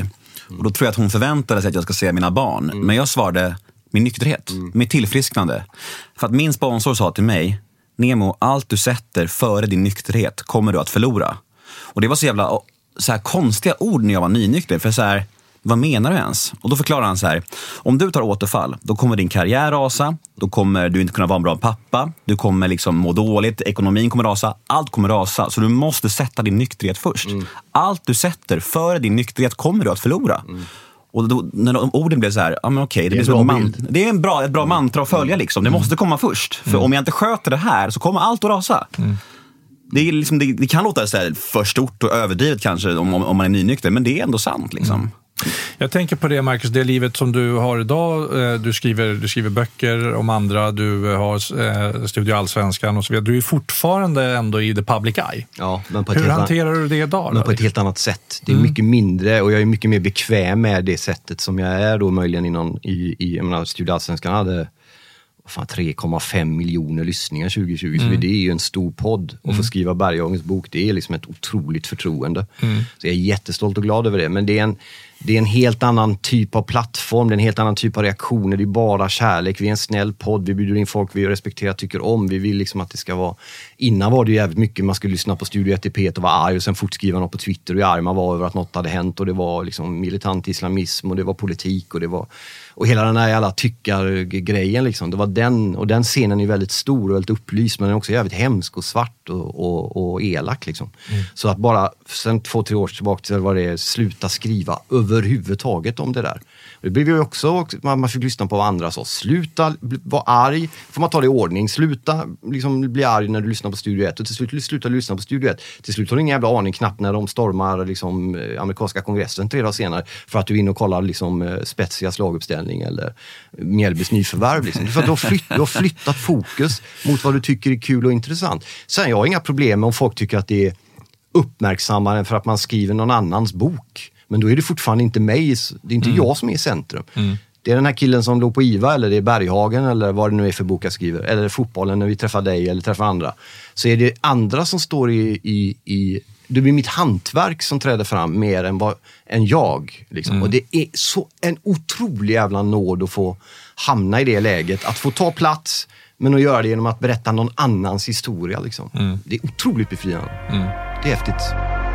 Och då tror jag att hon förväntade sig att jag ska se mina barn. Mm. Men jag svarade min nykterhet, mm. min tillfrisknande. För att min sponsor sa till mig, Nemo, allt du sätter före din nykterhet kommer du att förlora. Och det var så jävla så här konstiga ord när jag var nynykter. För så här, vad menar du ens? Och då förklarar han så här, om du tar återfall, då kommer din karriär rasa, då kommer du inte kunna vara en bra pappa, du kommer liksom må dåligt, ekonomin kommer rasa, allt kommer rasa. Så du måste sätta din nykterhet först. Mm. Allt du sätter före din nykterhet kommer du att förlora. Mm. Och då, när de orden blev så här, ja men okej, det, det, blir man, det är en bra, ett bra mm. mantra att följa liksom. Det mm. måste komma först. För mm. om jag inte sköter det här så kommer allt att rasa. Mm. Det, är liksom, det, det kan låta så här för stort och överdrivet kanske om, om man är nynykter, men det är ändå sant liksom. Mm. Jag tänker på det, Marcus, det livet som du har idag. Du skriver, du skriver böcker om andra, du har eh, Studio Allsvenskan och så vidare. Du är fortfarande ändå i the public eye. Ja, men på ett Hur helt hanterar du det idag? Men på ett helt annat sätt. Det är mm. mycket mindre och jag är mycket mer bekväm med det sättet som jag är då möjligen i någon, i, i jag menar, Studio Allsvenskan hade fan, tre komma fem miljoner lyssningar tjugo tjugo. Mm. Så det är ju en stor podd. Och mm. få skriva Berghagens bok, det är liksom ett otroligt förtroende. Mm. Så jag är jättestolt och glad över det. Men det är en Det är en helt annan typ av plattform, det är en helt annan typ av reaktioner, det är bara kärlek, vi är en snäll podd, vi bjuder in folk vi respekterar, tycker om, vi vill liksom att det ska vara, innan var det ju jävligt mycket, man skulle lyssna på Studio ett i P ett och vara arg och sen fortskriva något på Twitter och hur arg man var över att något hade hänt och det var liksom militant islamism och det var politik och det var, och hela den här jävla tyckargrejen liksom, det var den, och den scenen är väldigt stor och väldigt upplyst men den är också jävligt hemsk och svart och, och, och elak liksom. Mm. Så att bara sen två, tre år tillbaka till vad det är, sluta skriva överhuvudtaget om det där. Det blev ju också, man fick lyssna på vad andra sa. Sluta vara arg, får man ta det i ordning. Sluta liksom bli arg när du lyssnar på Studio ett och till slut sluta lyssna på Studio ett. Till slut har du ingen jävla aning knappt när de stormar liksom, amerikanska kongressen tre dagar senare för att du är inne och kollar liksom, spetsiga slaguppställning eller Mjällbys nyförvärv. Liksom. För att du har, flytt, du har flyttat fokus mot vad du tycker är kul och intressant. Sen jag har inga problem om folk tycker att det är uppmärksammare för att man skriver någon annans bok. Men då är det fortfarande inte mig, det är inte mm. jag som är i centrum. Mm. Det är den här killen som låg på I V A eller det är Berghagen eller vad det nu är för bok jag skriver. Eller fotbollen när vi träffar dig eller träffar andra. Så är det andra som står i... i, i det blir mitt hantverk som träder fram mer än, vad, än jag. Liksom. Mm. Och det är så en otrolig jävla nåd att få hamna i det läget. Att få ta plats men att göra det genom att berätta någon annans historia. Liksom. Mm. Det är otroligt befriande. Mm. Det är häftigt.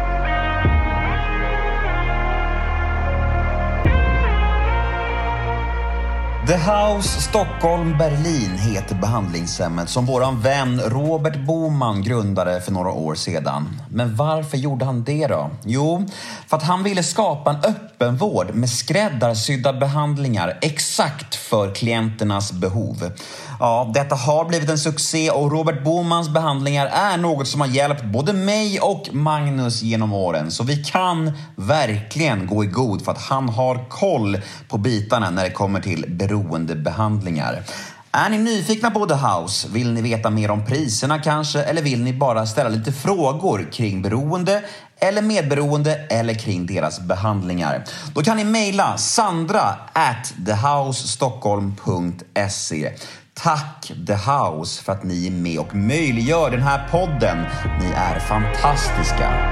The House Stockholm Berlin heter behandlingshemmet som våran vän Robert Boman grundade för några år sedan. Men varför gjorde han det då? Jo, för att han ville skapa en öppenvård med skräddarsydda behandlingar exakt för klienternas behov. Ja, detta har blivit en succé och Robert Bomans behandlingar är något som har hjälpt både mig och Magnus genom åren. Så vi kan verkligen gå i god för att han har koll på bitarna när det kommer till beroendebehandlingar. Är ni nyfikna på The House? Vill ni veta mer om priserna kanske? Eller vill ni bara ställa lite frågor kring beroende eller medberoende eller kring deras behandlingar? Då kan ni mejla Sandra at thehousestockholm punkt se. Tack The House för att ni är med och möjliggör den här podden. Ni är fantastiska.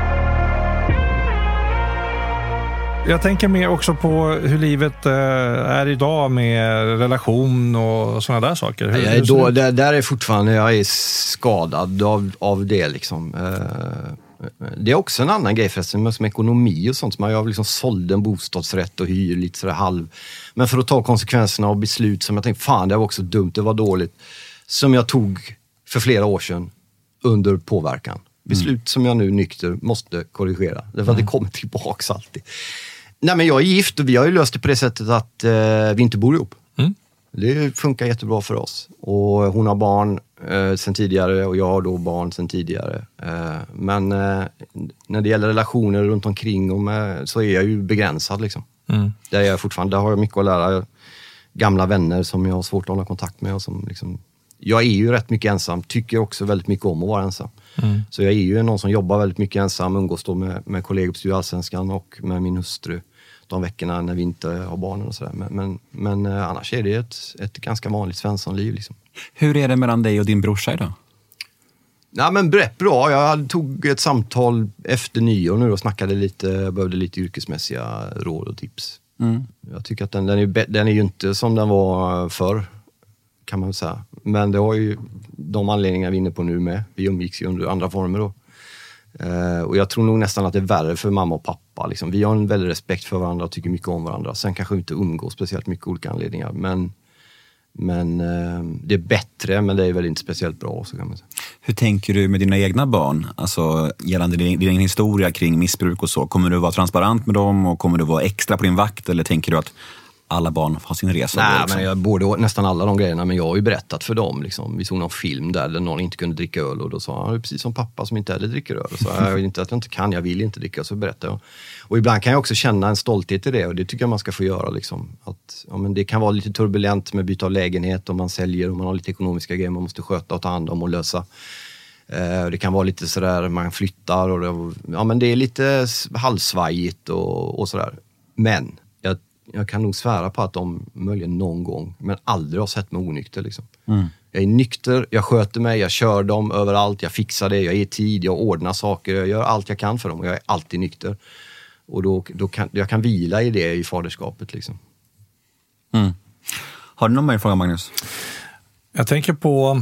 Jag tänker mer också på hur livet är idag med relation och sådana där saker. Hur, jag är då, där, där är fortfarande, jag är skadad av, av det liksom. Det är också en annan grej förresten, som ekonomi och sånt. Som jag liksom sålde en bostadsrätt och hyr lite sådär halv. Men för att ta konsekvenserna av beslut som jag tänkte, fan det var också dumt, det var dåligt. Som jag tog för flera år sedan under påverkan. Beslut mm. som jag nu nykter måste korrigera. Därför att mm. det kommer tillbaka alltid. Nej men jag är gift och vi har ju löst det på det sättet att eh, vi inte bor ihop. Mm. Det funkar jättebra för oss. Och hon har barn eh, sen tidigare och jag har då barn sen tidigare. Eh, men eh, när det gäller relationer runt omkring och med, så är jag ju begränsad liksom. Mm. Där är jag fortfarande, där har jag mycket att lära. Gamla vänner som jag har svårt att hålla kontakt med och som liksom, jag är ju rätt mycket ensam, tycker också väldigt mycket om att vara ensam. Mm. Så jag är ju någon som jobbar väldigt mycket ensam, umgås då med, med kollegor på Studio Allsvenskan och med min hustru de veckorna när vi inte har barnen och sådär. Men, men, men eh, annars är det ett, ett ganska vanligt svenssonliv liksom. Hur är det mellan dig och din brorsa idag? Ja, men rätt bra. Jag tog ett samtal efter nyår nu och snackade lite, behövde lite yrkesmässiga råd och tips. Mm. Jag tycker att den, den, är, den är ju inte som den var förr, kan man säga. Men det har ju de anledningar vi är inne på nu med. Vi umgicks ju under andra former då. Uh, och jag tror nog nästan att det är värre för mamma och pappa. Liksom. Vi har en väldigt respekt för varandra och tycker mycket om varandra. Sen kanske vi inte umgås speciellt mycket olika anledningar. Men, men uh, det är bättre, men det är väl inte speciellt bra. Så kan man säga. Hur tänker du med dina egna barn? Alltså gällande din, din historia kring missbruk och så. Kommer du vara transparent med dem och kommer du vara extra på din vakt? Eller tänker du att alla barn har sin resa? Nej, men jag borde nästan alla de grejerna, men jag har ju berättat för dem. Liksom. Vi såg någon film där, där någon inte kunde dricka öl och då sa han, precis som pappa som inte heller dricker öl. Så jag vill inte att jag inte kan, jag vill inte dricka, så berättar jag. Och ibland kan jag också känna en stolthet i det och det tycker jag man ska få göra. Liksom. Att, ja, men det kan vara lite turbulent med byta av lägenhet om man säljer och man har lite ekonomiska grejer man måste sköta och ta hand om och lösa. Eh, det kan vara lite sådär, man flyttar och det, ja, men det är lite halvsvajigt och, och sådär. Men jag Jag kan nog svära på att de möjligen någon gång, men aldrig har sett mig onykter. Liksom. Mm. Jag är nykter, jag sköter mig, jag kör dem överallt, jag fixar det, jag ger tid, jag ordnar saker, jag gör allt jag kan för dem och jag är alltid nykter. Och då, då kan jag kan vila i det i faderskapet. Liksom. Mm. Har du någon mer fråga, Magnus? Jag tänker på...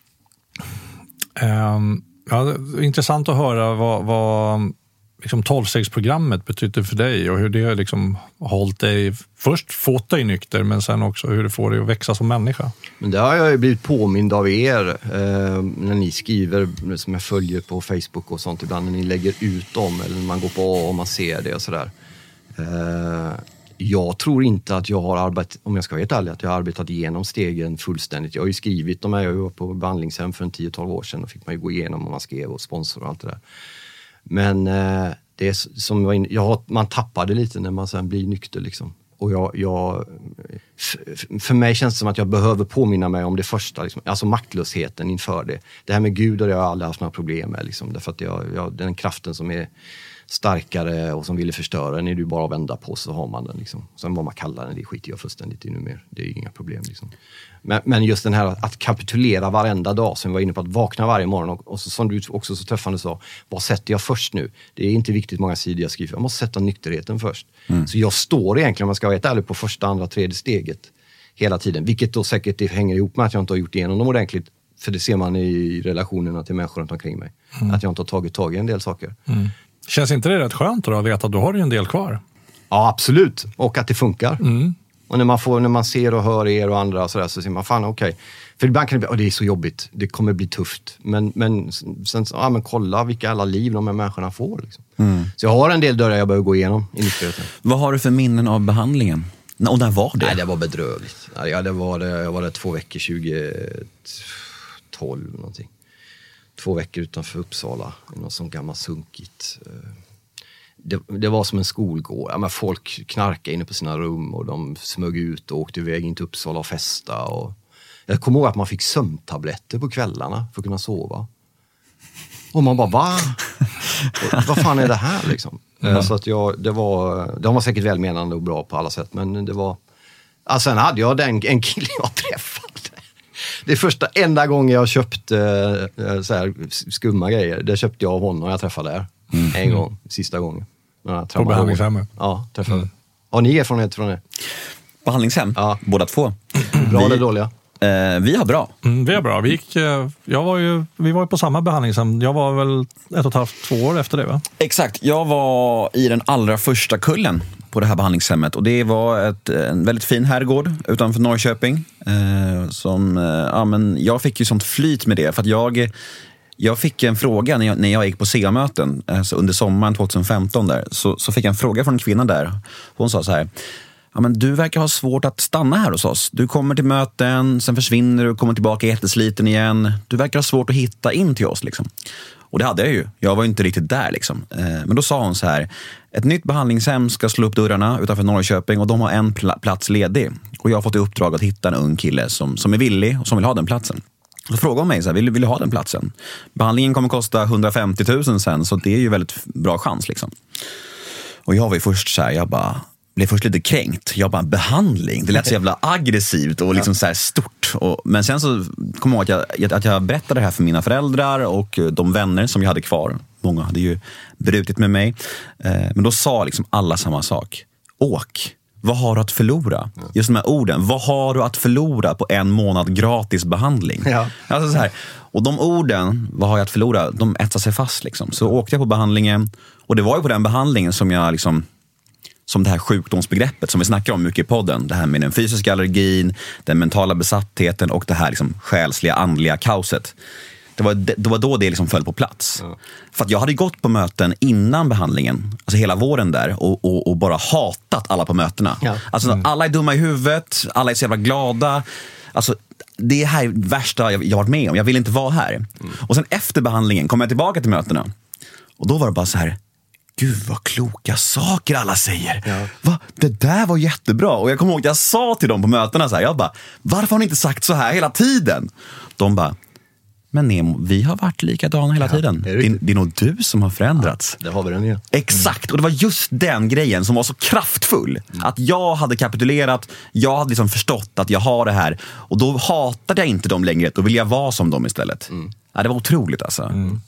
Um, ja, det är intressant att höra vad... vad liksom tolvstegsprogrammet betyder för dig och hur det liksom hållit dig, först fått dig nykter men sen också hur det får dig att växa som människa. Men det har jag ju blivit påmind av er eh, när ni skriver, som jag följer på Facebook och sånt ibland, när ni lägger ut dem eller när man går på A och man ser det och sådär. Eh, jag tror inte att jag har arbetat, om jag ska vara helt ärlig, att jag har arbetat igenom stegen fullständigt. Jag har ju skrivit de här, jag var på behandlingshem för en tio tolv år sedan och fick man ju gå igenom och man skrev och sponsor och allt det där. Men eh, det är som var in, jag har, man tappade lite när man sen blir nykter liksom. Och jag, jag f- för mig känns det som att jag behöver påminna mig om det första liksom, alltså maktlösheten inför det. Det här med Gud har jag aldrig haft några problem med liksom, därför att jag, jag, den kraften som är starkare och som ville förstöra den är du bara att vända på så har man den liksom. Sen vad man kallar den, det skiter jag fullständigt i nu mer. Det är ju inga problem liksom. Men, men just den här att kapitulera varenda dag, som vi var inne på, att vakna varje morgon och, och så, som du också så träffande sa, vad sätter jag först nu? Det är inte viktigt många sidor jag skriver, jag måste sätta nykterheten först. Mm. Så jag står egentligen, om man ska vara helt ärlig, på första, andra, tredje steget hela tiden. Vilket då säkert det hänger ihop med att jag inte har gjort igenom dem ordentligt. För det ser man i relationerna till människor runt omkring mig. Mm. Att jag inte har tagit tag i en del saker. Mm. Känns inte det rätt skönt då att veta att du har ju en del kvar? Ja, absolut. Och att det funkar. Mm. Och när man, får, när man ser och hör er och andra och sådär, så ser man, fan okej. Okay. För ibland kan det bli, oh, det är så jobbigt. Det kommer bli tufft. Men, men sen, ja men kolla vilka alla liv de här människorna får. Liksom. Mm. Så jag har en del dörrar jag behöver gå igenom i nykterheten. Vad har du för minnen av behandlingen? Och när var det? Nej, det var bedrövligt. Ja, det var det, jag var där två veckor, tjugo tolv någonting. Två veckor utanför Uppsala. Något sånt gammalt sunkigt. Det, det var som en skolgård. Ja, men folk knarkade inne på sina rum och de smög ut och åkte iväg in till Uppsala och festa. Och jag kommer ihåg att man fick sömntabletter på kvällarna för att kunna sova. Och man bara, va? Vad fan är det här liksom? Mm. Alltså att jag, det var, de var säkert välmenande och bra på alla sätt, men det var... Alltså sen hade jag den, en kille jag träffade. Det första, enda gången jag köpte äh, så här skumma grejer, det köpte jag av honom och jag träffade där. Mm. En gång, sista gången. På behandlingshem? Ja, träffade. Mm. Har ni erfarenhet från det? Behandlingshem? Ja. Båda två. Bra vi, eller dåliga? Eh, vi har bra. Mm, vi har bra. Vi, gick, jag var ju, vi var ju på samma behandlingshem. Jag var väl ett och ett halvt, två år efter det, va? Exakt. Jag var i den allra första kullen på det här behandlingshemmet. Och det var ett, en väldigt fin herrgård utanför Norrköping. Eh, som, eh, ja, men jag fick ju sånt flyt med det. För att jag... Jag fick en fråga när jag, när jag gick på C A-möten alltså under sommaren tjugohundrafemton där, så, så fick jag en fråga från en kvinna där. Hon sa så här: ja, men du verkar ha svårt att stanna här hos oss. Du kommer till möten, sen försvinner du, kommer tillbaka jättesliten igen. Du verkar ha svårt att hitta in till oss liksom. Och det hade jag ju. Jag var ju inte riktigt där liksom. Men då sa hon så här: ett nytt behandlingshem ska slå upp dörrarna utanför Norrköping och de har en pl- plats ledig. Och jag har fått i uppdrag att hitta en ung kille som, som är villig och som vill ha den platsen. Så frågade hon mig så här, vill, vill du ha den platsen? Behandlingen kommer kosta hundrafemtio tusen sen, så det är ju väldigt bra chans liksom. Och jag var ju först så här, jag bara, blev först lite kränkt. Jag bara, behandling, det lät så jävla aggressivt och liksom så här stort. Och, men sen så kom jag ihåg att jag, att jag berättade det här för mina föräldrar och de vänner som jag hade kvar. Många hade ju brutit med mig. Eh, men då sa liksom alla samma sak. Åk, vad har du att förlora? Just de här orden, vad har du att förlora på en månad gratis behandling? Ja. Alltså så här. Och de orden, vad har jag att förlora? De ätsar sig fast liksom. Så åkte jag på behandlingen. Och det var ju på den behandlingen som jag liksom, som det här sjukdomsbegreppet som vi snackar om mycket i podden. Det här med den fysiska allergin, den mentala besattheten och det här liksom själsliga, andliga kaoset. Det var, det var då det liksom föll på plats. Ja. För att jag hade gått på möten innan behandlingen, alltså hela våren där, och, och, och bara hatat alla på mötena. Ja. Alltså mm. alla är dumma i huvudet, alla är så jävla glada. Alltså det här är det värsta jag, jag varit med om. Jag vill inte vara här. Mm. Och sen efter behandlingen kom jag tillbaka till mötena. Och då var det bara så här, gud vad kloka saker alla säger. Ja. Va? Det där var jättebra. Och jag kommer ihåg att jag sa till dem på mötena så här, jag bara, varför har ni inte sagt så här hela tiden? De bara, men Nemo, vi har varit likadana hela ja, tiden. Det är, det, det är nog du som har förändrats. Ja, det har vi den, ja. Exakt, och det var just den grejen som var så kraftfull. Mm. Att jag hade kapitulerat, jag hade liksom förstått att jag har det här. Och då hatade jag inte dem längre, då ville jag vara som dem istället. Mm. Ja, det var otroligt alltså. Mm.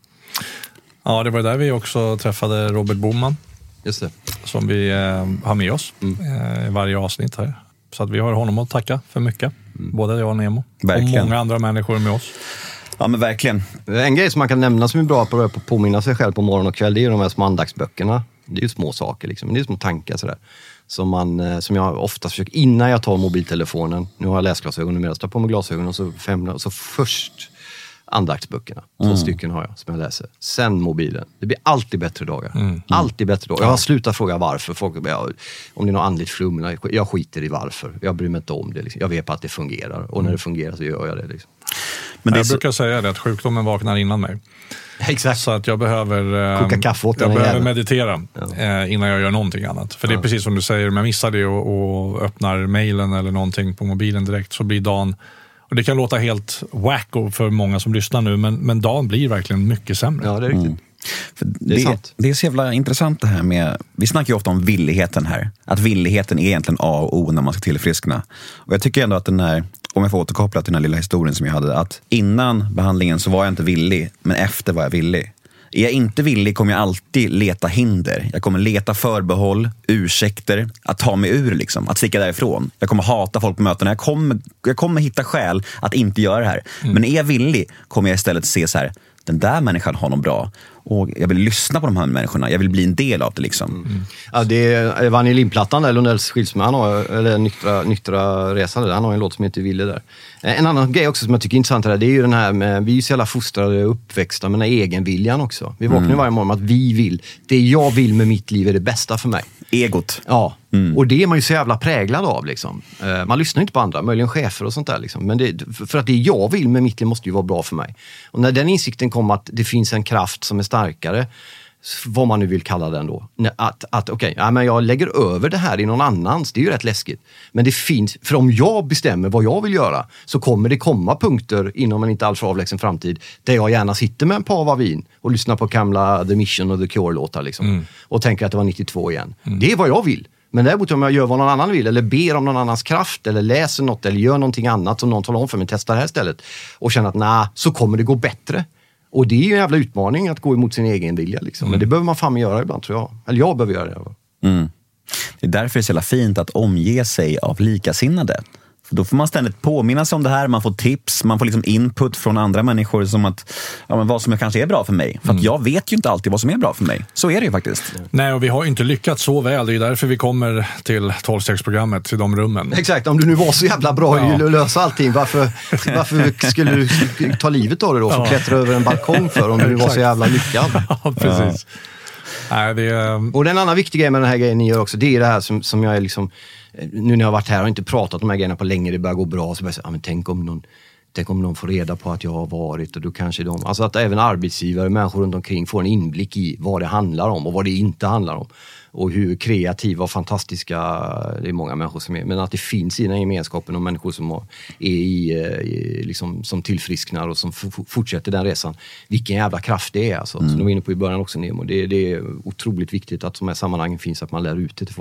Ja, det var där vi också träffade Robert Boman. Just det. Som vi eh, har med oss mm. eh, i varje avsnitt här. Så att vi har honom att tacka för mycket. Mm. Både jag och Nemo. Verkligen. Och många andra människor med oss. Ja, men verkligen. En grej som man kan nämna som är bra på att påminna sig själv på morgon och kväll, det är ju de här små andaktsböckerna. Det är ju små saker liksom, men det är små tankar sådär. Som, man, som jag ofta försöker, innan jag tar mobiltelefonen, nu har jag läsglasögon och mer, jag tar på mig glasögon och så, fem, och så först andaktsböckerna. Två mm. stycken har jag som jag läser. Sen mobilen. Det blir alltid bättre dagar. Mm. Alltid bättre dagar. Jag har slutat fråga varför. Folk, jag, om det är något andligt flum. Jag skiter i varför. Jag bryr mig inte om det. Liksom. Jag vet på att det fungerar. Och när det fungerar så gör jag det. Liksom. Men det jag så... brukar säga det, att sjukdomen vaknar innan mig. Exakt. Så att jag behöver, koka kaffe åt jag behöver meditera ja. eh, innan jag gör någonting annat. För ja. det är precis som du säger, om jag missar det och, och öppnar mejlen eller någonting på mobilen direkt, så blir dagen. Och det kan låta helt wacko för många som lyssnar nu, men, men dagen blir verkligen mycket sämre. Ja, det är riktigt. Mm. För det, är det, det är så jävla intressant det här med, vi snackar ju ofta om villigheten här. Att villigheten är egentligen A och O när man ska tillfriskna. Och jag tycker ändå att den här, om jag får återkoppla till den här lilla historien som jag hade, att innan behandlingen så var jag inte villig, men efter var jag villig. Är jag inte villig kommer jag alltid leta hinder. Jag kommer leta förbehåll, ursäkter, att ta mig ur liksom, att sticka därifrån. Jag kommer hata folk på mötena. Jag kommer, jag kommer hitta skäl att inte göra det här. Mm. Men är jag villig kommer jag istället se så här, den där människan har något bra. Och jag vill lyssna på de här människorna. Jag vill bli en del av det liksom. Mm. Ja, det är Vanillin-plattan där, Lundells skilsmässa, han har, eller nyktra, nyktra resande, han har en låt som heter Ville där. En annan grej också som jag tycker är intressant här, det är ju den här med, vi är ju så jävla fostrade och uppväxta med den här egenviljan också. Vi vaknar mm. varje morgon att vi vill, det jag vill med mitt liv är det bästa för mig. Egot. Ja, mm. och det är man ju så jävla präglad av liksom. Man lyssnar inte på andra, möjligen chefer och sånt där liksom. Men det, för att det jag vill med mitt liv måste ju vara bra för mig. Och när den insikten kom att det finns en kraft som är starkare, vad man nu vill kalla den då, att, att okej, okay, ja, men jag lägger över det här i någon annans, det är ju rätt läskigt. Men det finns, för om jag bestämmer vad jag vill göra så kommer det komma punkter inom en inte alltför avlägsen framtid där jag gärna sitter med en par vin och lyssnar på gamla The Mission och The Cure-låtar liksom, mm. och tänker att det var nittiotvå igen. Mm. Det är vad jag vill. Men däremot om jag gör vad någon annan vill, eller ber om någon annans kraft, eller läser något, eller gör någonting annat som någon talar om för mig, testar det här stället och känner att nej, så kommer det gå bättre. Och det är ju en jävla utmaning att gå emot sin egen vilja liksom. Mm. Men det behöver man fan göra ibland, tror jag. Eller jag behöver göra det. Mm. Det är därför det är så jävla fint att omge sig av likasinnade. För då får man ständigt påminna sig om det här. Man får tips, man får liksom input från andra människor som att, ja, men vad som kanske är bra för mig. För att mm. jag vet ju inte alltid vad som är bra för mig. Så är det ju faktiskt. Nej, och vi har inte lyckats så väl. Det är därför vi kommer till tolvstegsprogrammet, till de rummen. Exakt, om du nu var så jävla bra ja. att lösa allting, varför, varför skulle du ta livet av det då? För att ja. klättra över en balkong för om du nu var så jävla lyckad. Ja, precis. Ja. Nej, det är... Och den annan viktig grej med den här grejen ni gör också, det är det här som, som jag är liksom, nu när jag har varit här och inte pratat om de här grejerna på länge, det börjar gå bra, så börjar jag säga, ah, men tänk om någon tänk om någon får reda på att jag har varit, och då kanske de, alltså att även arbetsgivare, människor runt omkring får en inblick i vad det handlar om och vad det inte handlar om. Och hur kreativa och fantastiska, det är många människor som är, men att det finns i den här gemenskapen och människor som är i, i liksom, som tillfrisknar och som f- fortsätter den resan. Vilken jävla kraft det är alltså. Mm. Som du var inne på i början också, Nemo. Det, det är otroligt viktigt att de här sammanhangen finns, att man lär ut det till folk.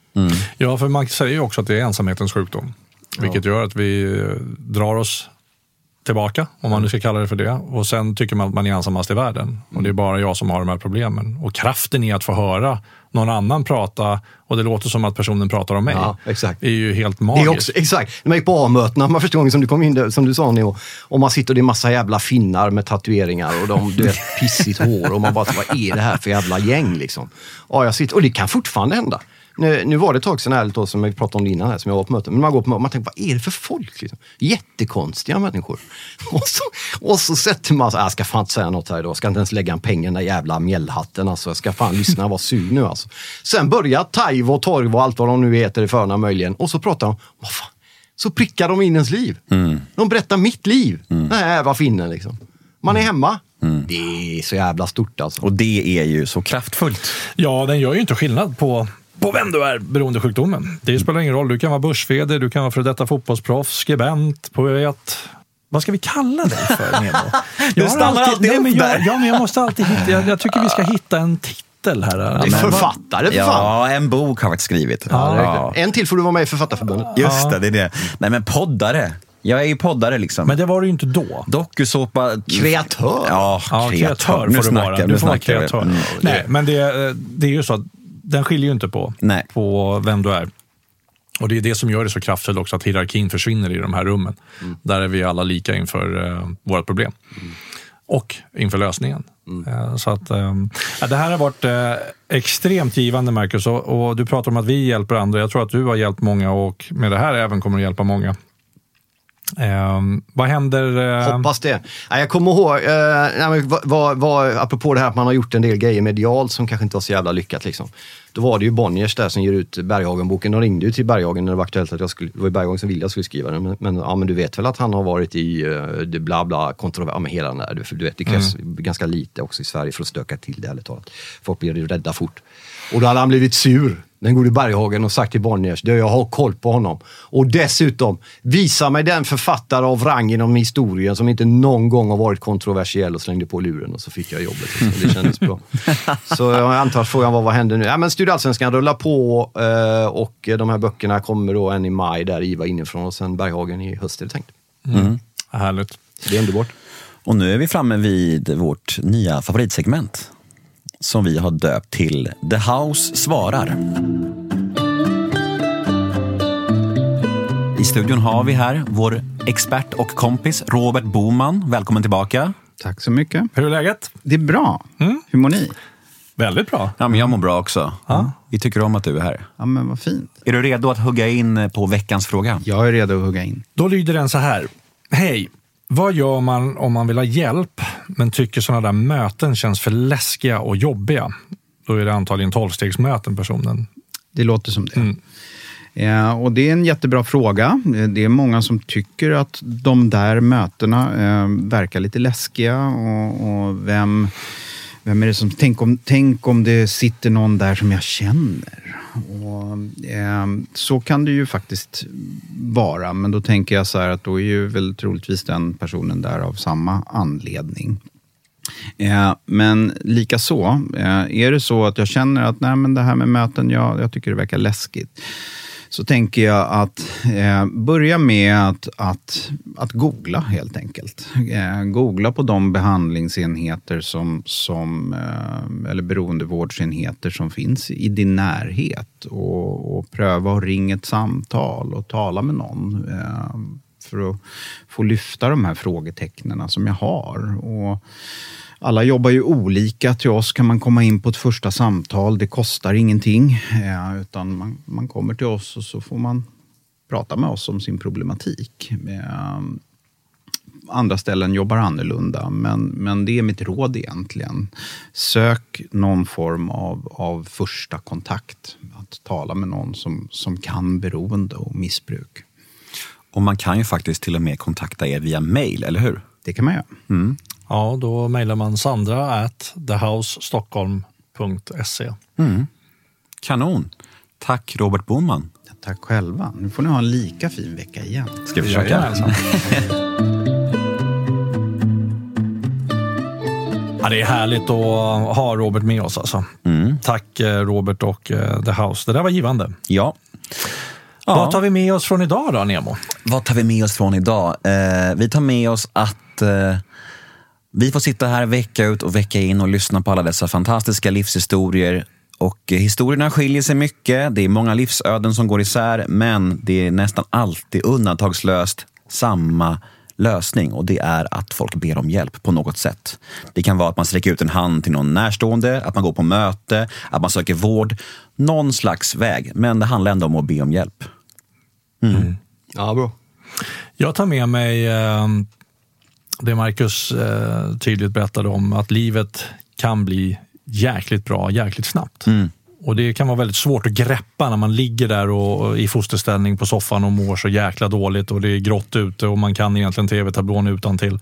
Mm. Ja, för man säger ju också att det är ensamhetens sjukdom. Ja. Vilket gör att vi drar oss tillbaka, om man nu ska kalla det för det. Och sen tycker man att man är ensammast i världen. Mm. Och det är bara jag som har de här problemen. Och kraften i att få höra någon annan prata, och det låter som att personen pratar om mig, ja, exakt. är ju helt magiskt. Det är också, exakt. När man gick på A-mötena, man förstår gången som du kom in där, som du sa Neo, och man sitter och det är massa jävla finnar med tatueringar och de, du vet, pissigt hår och man bara, vad är det här för jävla gäng liksom? Ja, jag sitter, och det kan fortfarande hända. Nu, nu var det ett tag sedan ärligt då, som vi pratade om det innan här, som jag var på möten. Men man går på möten, man tänker, vad är det för folk? Liksom? Jättekonstiga människor. Och så, och så sätter man sig, jag ska fan inte säga något här idag. Jag ska inte ens lägga en pengar i den där jävla mjällhatten. Alltså. Jag ska fan lyssna och vara sur nu. Alltså. Sen börjar Taivo och Torv och allt vad de nu heter i förna möjligen. Och så pratar de, vad fan? Så prickar de in ens liv. Mm. De berättar mitt liv. Mm. Nej, vad finnen liksom. Man är hemma. Mm. Det är så jävla stort alltså. Och det är ju så kraftfullt. Ja, den gör ju inte skillnad på på vem du är, beroendesjukdomen. Det spelar ingen roll. Du kan vara börsvd, du kan vara för detta fotbollsproffs, skribent, poet. Vad ska vi kalla dig för, Nemo? Du stannar alltid, alltid nej, men jag, jag, ja, men jag måste alltid hitta, jag, jag tycker vi ska hitta en titel här. Ja, men, författare, för ja, fan. En bok har varit skrivit. Ja, ja. En till får du vara med i Författarförbundet. Just ja. det, det är det. Nej, men poddare. Jag är ju poddare liksom. Men det var du ju inte då. Dokusåpa. Kreatör. Ja, ja kreatör får du vara. Du får vara kreatör. Mm. Nej, men det, det är ju så att den skiljer ju inte på, på vem du är. Och det är det som gör det så kraftfullt också, att hierarkin försvinner i de här rummen. Mm. Där är vi alla lika inför uh, vårt problem. Mm. Och inför lösningen. Mm. Uh, så att um, ja, det här har varit uh, extremt givande, Marcus. Och, och du pratar om att vi hjälper andra. Jag tror att du har hjälpt många, och med det här även kommer att hjälpa många. Um, vad händer? Uh... Hoppas det. Ja, jag kommer ihåg, uh, nej, vad, vad, vad, apropå det här att man har gjort en del grejer medialt som kanske inte var så jävla lyckat. Liksom. Då var det ju Bonniers där som ger ut Berghagen-boken. De ringde ju till Berghagen när det var aktuellt att jag skulle, det var Berghagen som ville jag skulle skriva den. Men, men, ja, men du vet väl att han har varit i uh, det bla bla kontrovers, ja, med hela den där. Du, du vet, det krävs mm. ganska lite också i Sverige för att stöka till det, ärligt talat. Folk blir rädda fort. Och då hade han blivit sur, den gode Berghagen, och sagt till Bonniers, jag har koll på honom. Och dessutom, visa mig den författare av rang inom historien som inte någon gång har varit kontroversiell, och slängde på luren, och så fick jag jobbet. Så det kändes bra. Så jag antar att frågan var, vad händer nu? Ja, men Studio Allsvenskan rullar på, och de här böckerna kommer då en i maj, där Iva inifrån, och sen Berghagen i höst är det tänkt. Mm. Mm. Härligt. Så det är underbart. Och nu är vi framme vid vårt nya favoritsegment, som vi har döpt till The House svarar. I studion har vi här vår expert och kompis Robert Boman. Välkommen tillbaka. Tack så mycket. Hur är läget? Det är bra. Mm. Hur mår ni? Väldigt bra. Ja, men jag mår bra också. Ja. Vi tycker om att du är här. Ja, men vad fint. Är du redo att hugga in på veckans fråga? Jag är redo att hugga in. Då lyder den så här. Hej. Vad gör man om man vill ha hjälp men tycker sådana där möten känns för läskiga och jobbiga? Då är det antagligen tolvstegsmöten personen. Det låter som det. Mm. Ja, och det är en jättebra fråga. Det är många som tycker att de där mötena eh, verkar lite läskiga. Och, och vem, vem är det som... Tänk om, tänk om det sitter någon där som jag känner. Och, eh, så kan det ju faktiskt vara. Men då tänker jag så här att då är ju väl troligtvis den personen där av samma anledning. Eh, men lika så, eh, är det så att jag känner att nej, men det här med möten, jag, jag tycker det verkar läskigt. Så tänker jag att eh, börja med att, att, att googla helt enkelt. Eh, googla på de behandlingsenheter som, som eh, eller beroendevårdsenheter som finns i din närhet. Och, och pröva att ringa ett samtal och tala med någon. Eh, för att få lyfta de här frågetecknen som jag har. Och alla jobbar ju olika. Till oss kan man komma in på ett första samtal. Det kostar ingenting. Eh, utan man, man kommer till oss och så får man prata med oss om sin problematik. Eh, andra ställen jobbar annorlunda. Men, men det är mitt råd egentligen. Sök någon form av, av första kontakt. Att tala med någon som, som kan beroende och missbruk. Och man kan ju faktiskt till och med kontakta er via mail, eller hur? Det kan man göra. Mm. Ja, då mejlar man Sandra at thehousestockholm punkt se. Mm. Kanon. Tack Robert Boman. Ja, tack själva. Nu får ni ha en lika fin vecka igen. Ska vi försöka? Ja, det är härligt att ha Robert med oss alltså. Mm. Tack Robert och The House. Det där var givande. Ja. Ja. Vad tar vi med oss från idag då, Nemo? Vad tar vi med oss från idag? Eh, vi tar med oss att eh, vi får sitta här vecka ut och vecka in och lyssna på alla dessa fantastiska livshistorier. Och eh, historierna skiljer sig mycket. Det är många livsöden som går isär, men det är nästan alltid undantagslöst samma lösning, och det är att folk ber om hjälp på något sätt. Det kan vara att man sträcker ut en hand till någon närstående, att man går på möte, att man söker vård, någon slags väg, men det handlar ändå om att be om hjälp. Mm. Mm. Ja, bra. Jag tar med mig eh, det Marcus eh, tydligt berättade om, att livet kan bli jäkligt bra, jäkligt snabbt. Mm. Och det kan vara väldigt svårt att greppa när man ligger där och, och i fosterställning på soffan och mår så jäkla dåligt och det är grått ute och man kan egentligen tv-tablån utan till.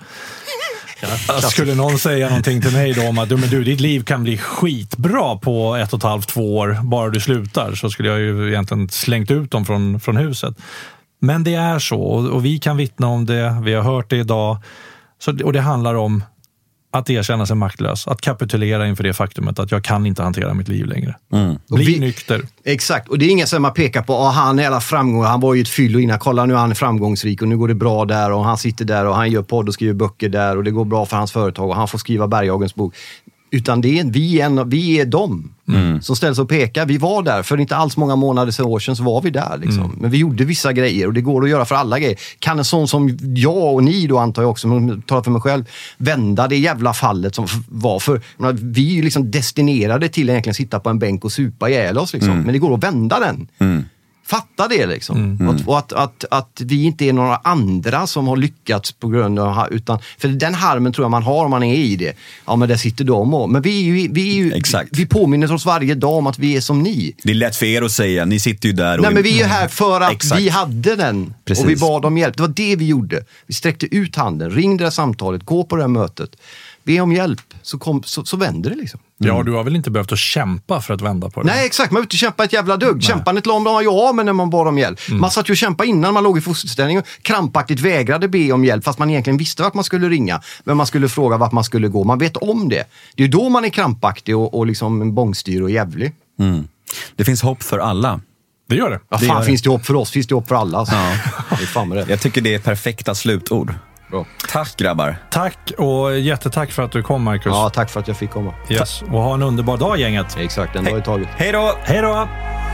Ja, skulle någon säga någonting till mig då om att men du, ditt liv kan bli skitbra på ett och ett halvt, två år bara du slutar, så skulle jag ju egentligen slängt ut dem från, från huset. Men det är så, och, och vi kan vittna om det, vi har hört det idag. Så, och det handlar om att erkänna sig maktlös, att kapitulera inför det faktumet att jag kan inte hantera mitt liv längre. Mm. Bli vi, nykter. Exakt, och det är ingen som man pekar på, ah, han är alla framgång, han var ju ett fyllo innan, kolla nu är han framgångsrik och nu går det bra där och han sitter där och han gör podd och skriver böcker där och det går bra för hans företag och han får skriva Berghagens bok. Utan det är, vi, är en, vi är dem mm. som ställs och pekar. Vi var där, för inte alls många månader sedan år sedan så var vi där. Liksom. Mm. Men vi gjorde vissa grejer och det går att göra för alla grejer. Kan en sån som jag och ni då, antar jag också, men jag talar för mig själv, vända det jävla fallet som var. För menar, vi är ju liksom destinerade till att egentligen sitta på en bänk och supa ihjäl oss. Liksom. Mm. Men det går att vända den. Mm. Fatta det liksom. Mm. Och, och att, att, att vi inte är några andra som har lyckats på grund av, utan, för den harmen tror jag man har om man är i det. Ja, men där sitter de och, men vi är ju, vi, är ju, Exakt. vi påminner oss varje dag om att vi är som ni. Det är lätt för er att säga, ni sitter ju där. Och Nej, men vi är ju här för att Exakt. vi hade den. Precis. Och vi bad om hjälp. Det var det vi gjorde. Vi sträckte ut handen, ringde det samtalet, gå på det här mötet. Be om hjälp, så, kom, så, så vänder det liksom. Mm. Ja, du har väl inte behövt att kämpa för att vända på det? Nej, exakt. Man behöver inte kämpa ett jävla dugg. Kämpandet la om de ja, men när man bad om hjälp. Mm. Man satt ju och kämpa innan man låg i fosterställning och krampaktigt vägrade be om hjälp, fast man egentligen visste vart man skulle ringa. Men man skulle fråga vart man skulle gå. Man vet om det. Det är ju då man är krampaktig och, och liksom bångstyr och jävlig. Mm. Det finns hopp för alla. Det gör det. Ja, det fan, gör finns det. det hopp för oss? Finns det hopp för alla? Alltså. Ja. Det är fan med det. Jag tycker det är perfekta slutord. Bra. Tack grabbar. Tack och jättetack för att du kom, Marcus. Ja, tack för att jag fick komma. Yes. Och ha en underbar dag, gänget. Exakt, den har vi tagit. Hej då! Hej då!